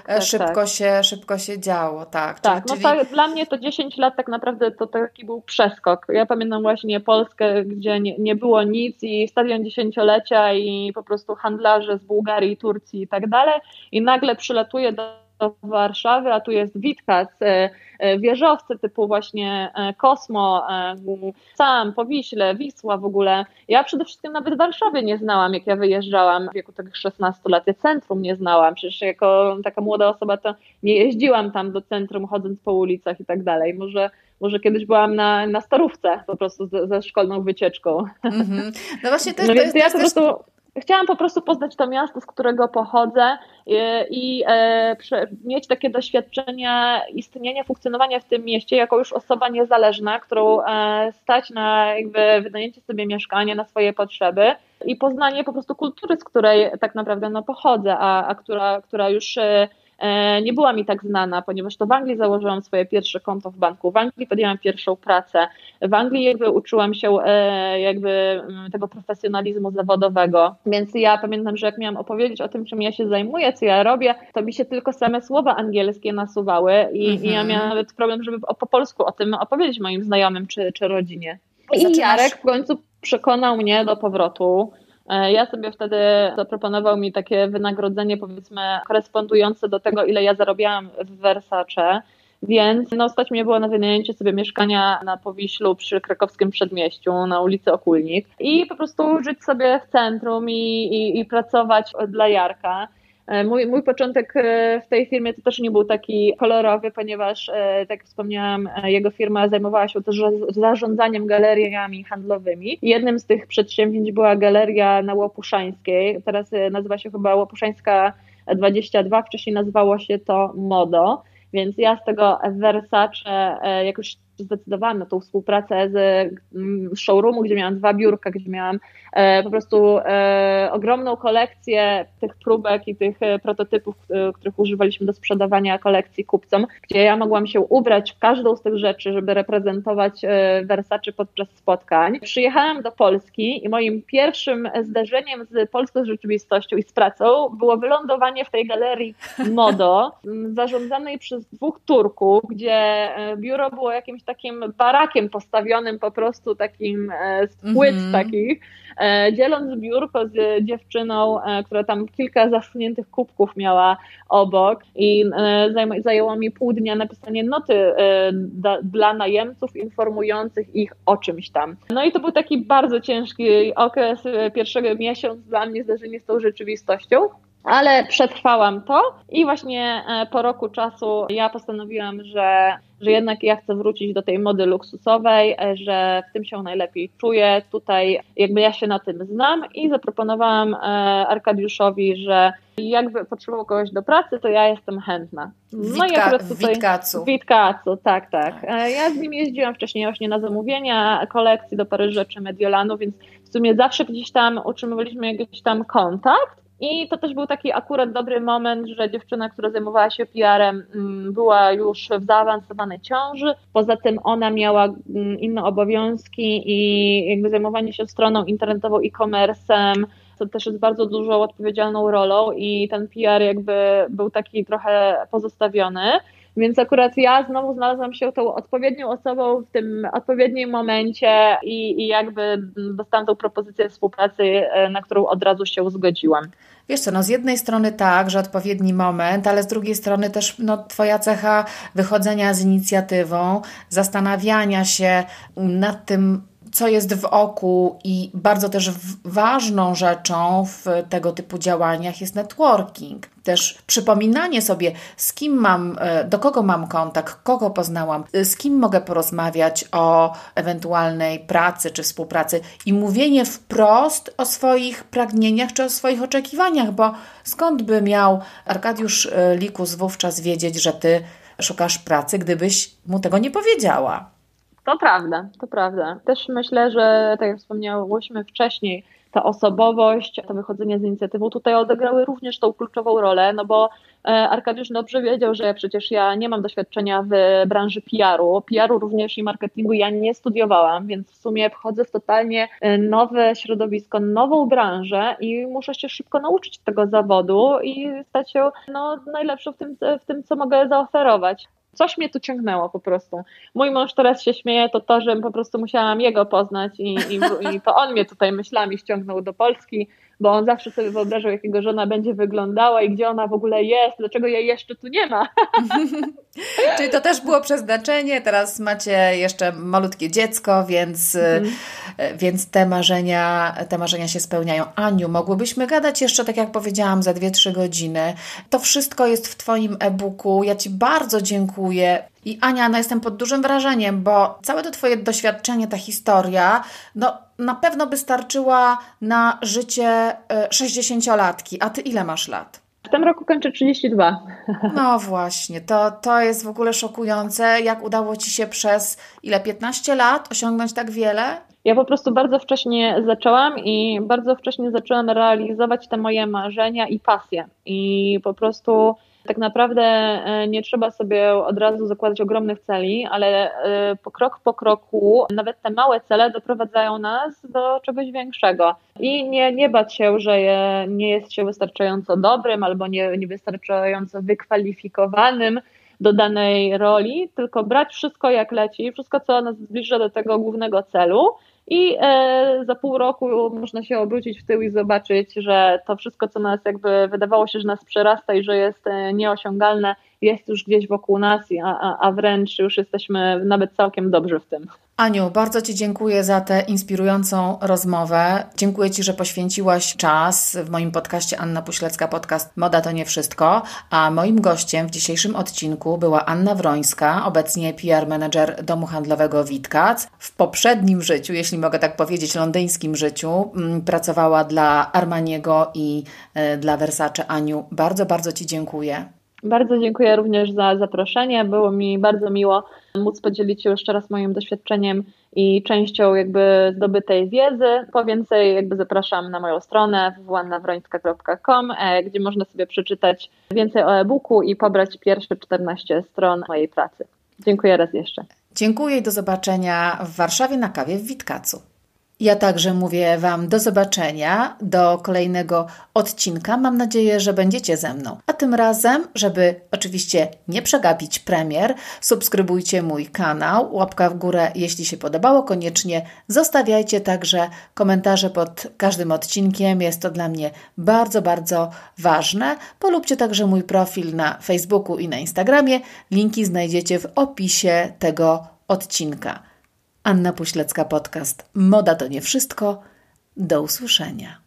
szybko się działo. Tak, czyli... tak, dla mnie to 10 lat tak naprawdę to taki był przeskok. Ja pamiętam właśnie Polskę, gdzie nie było nic i stadion dziesięciolecia i po prostu handlarze z Bułgarii, Turcji i tak dalej i nagle przylatuję do Warszawy, a tu jest Witkac, wieżowce typu właśnie Kosmo, Sam, Powiśle, Wisła w ogóle. Ja przede wszystkim nawet Warszawy nie znałam, jak ja wyjeżdżałam w wieku tych 16 lat. Ja centrum nie znałam, przecież jako taka młoda osoba to nie jeździłam tam do centrum, chodząc po ulicach i tak dalej. Może kiedyś byłam na Starówce po prostu ze szkolną wycieczką. Mm-hmm. No właśnie też Chciałam po prostu poznać to miasto, z którego pochodzę i mieć takie doświadczenia istnienia, funkcjonowania w tym mieście jako już osoba niezależna, którą stać na jakby wynajęcie sobie mieszkania na swoje potrzeby i poznanie po prostu kultury, z której tak naprawdę pochodzę, a która już nie była mi tak znana, ponieważ to w Anglii założyłam swoje pierwsze konto w banku, w Anglii podjęłam pierwszą pracę, w Anglii jakby uczyłam się jakby tego profesjonalizmu zawodowego, więc ja pamiętam, że jak miałam opowiedzieć o tym, czym ja się zajmuję, co ja robię, to mi się tylko same słowa angielskie nasuwały i ja miałam nawet problem, żeby po polsku o tym opowiedzieć moim znajomym czy rodzinie. I Jarek w końcu przekonał mnie do powrotu. Ja sobie wtedy zaproponował mi takie wynagrodzenie, powiedzmy, korespondujące do tego, ile ja zarabiałam w Versace, więc stać mnie było na wynajęcie sobie mieszkania na Powiślu przy krakowskim przedmieściu, na ulicy Okulnik i po prostu żyć sobie w centrum i pracować dla Jarka. Mój początek w tej firmie to też nie był taki kolorowy, ponieważ, tak jak wspomniałam, jego firma zajmowała się też zarządzaniem galeriami handlowymi. Jednym z tych przedsięwzięć była galeria na Łopuszańskiej, teraz nazywa się chyba Łopuszańska 22, wcześniej nazywało się to Modo, więc ja z tego Versace, jak już zdecydowałam na tą współpracę z showroomu, gdzie miałam 2 biurka, gdzie miałam po prostu ogromną kolekcję tych próbek i tych prototypów, których używaliśmy do sprzedawania kolekcji kupcom, gdzie ja mogłam się ubrać w każdą z tych rzeczy, żeby reprezentować Versace podczas spotkań. Przyjechałam do Polski i moim pierwszym zderzeniem z polską rzeczywistością i z pracą było wylądowanie w tej galerii Modo, zarządzanej przez 2 Turków, gdzie biuro było jakimś takim barakiem postawionym po prostu takim z płyt takich, dzieląc biurko z dziewczyną, która tam kilka zasuniętych kubków miała obok i zajęło mi pół dnia napisanie noty dla najemców informujących ich o czymś tam. No i to był taki bardzo ciężki okres, pierwszego miesiąc dla mnie zderzenie z tą rzeczywistością. ale przetrwałam to i właśnie po roku czasu ja postanowiłam, że jednak ja chcę wrócić do tej mody luksusowej, że w tym się najlepiej czuję, tutaj jakby ja się na tym znam i zaproponowałam Arkadiuszowi, że jakby potrzebował kogoś do pracy, to ja jestem chętna. No i akurat tutaj w Witkacu, tak. Ja z nim jeździłam wcześniej właśnie na zamówienia kolekcji do Paryża czy Mediolanu, więc w sumie zawsze gdzieś tam utrzymywaliśmy jakiś tam kontakt. I to też był taki akurat dobry moment, że dziewczyna, która zajmowała się PR-em, była już w zaawansowanej ciąży. Poza tym ona miała inne obowiązki i jakby zajmowanie się stroną internetową, e-commerce'em, to też jest bardzo dużą odpowiedzialną rolą i ten PR jakby był taki trochę pozostawiony. Więc akurat ja znowu znalazłam się tą odpowiednią osobą w tym odpowiednim momencie i jakby dostałam tą propozycję współpracy, na którą od razu się zgodziłam. Wiesz co, z jednej strony tak, że odpowiedni moment, ale z drugiej strony też Twoja cecha wychodzenia z inicjatywą, zastanawiania się nad tym, co jest w oku i bardzo też ważną rzeczą w tego typu działaniach jest networking. Też przypominanie sobie, z kim mam, do kogo mam kontakt, kogo poznałam, z kim mogę porozmawiać o ewentualnej pracy czy współpracy i mówienie wprost o swoich pragnieniach czy o swoich oczekiwaniach, bo skąd by miał Arkadiusz Likus wówczas wiedzieć, że Ty szukasz pracy, gdybyś mu tego nie powiedziała? To prawda. Też myślę, że tak jak wspomniałyśmy wcześniej, ta osobowość, to wychodzenie z inicjatywą tutaj odegrały również tą kluczową rolę, no bo Arkadiusz dobrze wiedział, że przecież ja nie mam doświadczenia w branży PR-u również i marketingu ja nie studiowałam, więc w sumie wchodzę w totalnie nowe środowisko, nową branżę i muszę się szybko nauczyć tego zawodu i stać się najlepszą w tym, co mogę zaoferować. Coś mnie tu ciągnęło po prostu. Mój mąż teraz się śmieje, to, że po prostu musiałam jego poznać i to on mnie tutaj myślami ściągnął do Polski, bo on zawsze sobie wyobrażał, jak jego żona będzie wyglądała i gdzie ona w ogóle jest, dlaczego jej jeszcze tu nie ma. Czyli to też było przeznaczenie, teraz macie jeszcze malutkie dziecko, więc te marzenia się spełniają. Aniu, mogłybyśmy gadać jeszcze, tak jak powiedziałam, za 2-3 godziny. To wszystko jest w Twoim e-booku. Ja Ci bardzo dziękuję. I Ania, jestem pod dużym wrażeniem, bo całe to Twoje doświadczenie, ta historia, na pewno by starczyła na życie 60-latki. A Ty ile masz lat? W tym roku kończę 32. No właśnie, to jest w ogóle szokujące. Jak udało Ci się przez 15 lat osiągnąć tak wiele? Ja po prostu bardzo wcześnie zaczęłam i bardzo wcześnie zaczęłam realizować te moje marzenia i pasje. I po prostu tak naprawdę nie trzeba sobie od razu zakładać ogromnych celi, ale krok po kroku nawet te małe cele doprowadzają nas do czegoś większego. I nie bać się, że nie jest się wystarczająco dobrym albo niewystarczająco wykwalifikowanym do danej roli, tylko brać wszystko jak leci, wszystko co nas zbliża do tego głównego celu. I za pół roku można się obrócić w tył i zobaczyć, że to wszystko, co nas jakby wydawało się, że nas przerasta i że jest nieosiągalne, jest już gdzieś wokół nas, a wręcz już jesteśmy nawet całkiem dobrzy w tym. Aniu, bardzo Ci dziękuję za tę inspirującą rozmowę. Dziękuję Ci, że poświęciłaś czas w moim podcaście Anna Puślecka, podcast Moda to nie wszystko, a moim gościem w dzisiejszym odcinku była Anna Wrońska, obecnie PR manager domu handlowego Witkac. W poprzednim życiu, jeśli mogę tak powiedzieć, londyńskim życiu, pracowała dla Armaniego i dla Versace. Aniu, bardzo, bardzo Ci dziękuję. Bardzo dziękuję również za zaproszenie. Było mi bardzo miło móc podzielić się jeszcze raz moim doświadczeniem i częścią jakby zdobytej wiedzy. Po więcej jakby zapraszam na moją stronę www.annawrońska.com, gdzie można sobie przeczytać więcej o e-booku i pobrać pierwsze 14 stron mojej pracy. Dziękuję raz jeszcze. Dziękuję i do zobaczenia w Warszawie na kawie w Witkacu. Ja także mówię Wam do zobaczenia, do kolejnego odcinka. Mam nadzieję, że będziecie ze mną. A tym razem, żeby oczywiście nie przegapić premier, subskrybujcie mój kanał, łapka w górę, jeśli się podobało. Koniecznie zostawiajcie także komentarze pod każdym odcinkiem. Jest to dla mnie bardzo, bardzo ważne. Polubcie także mój profil na Facebooku i na Instagramie. Linki znajdziecie w opisie tego odcinka. Anna Puślecka, podcast Moda to nie wszystko. Do usłyszenia.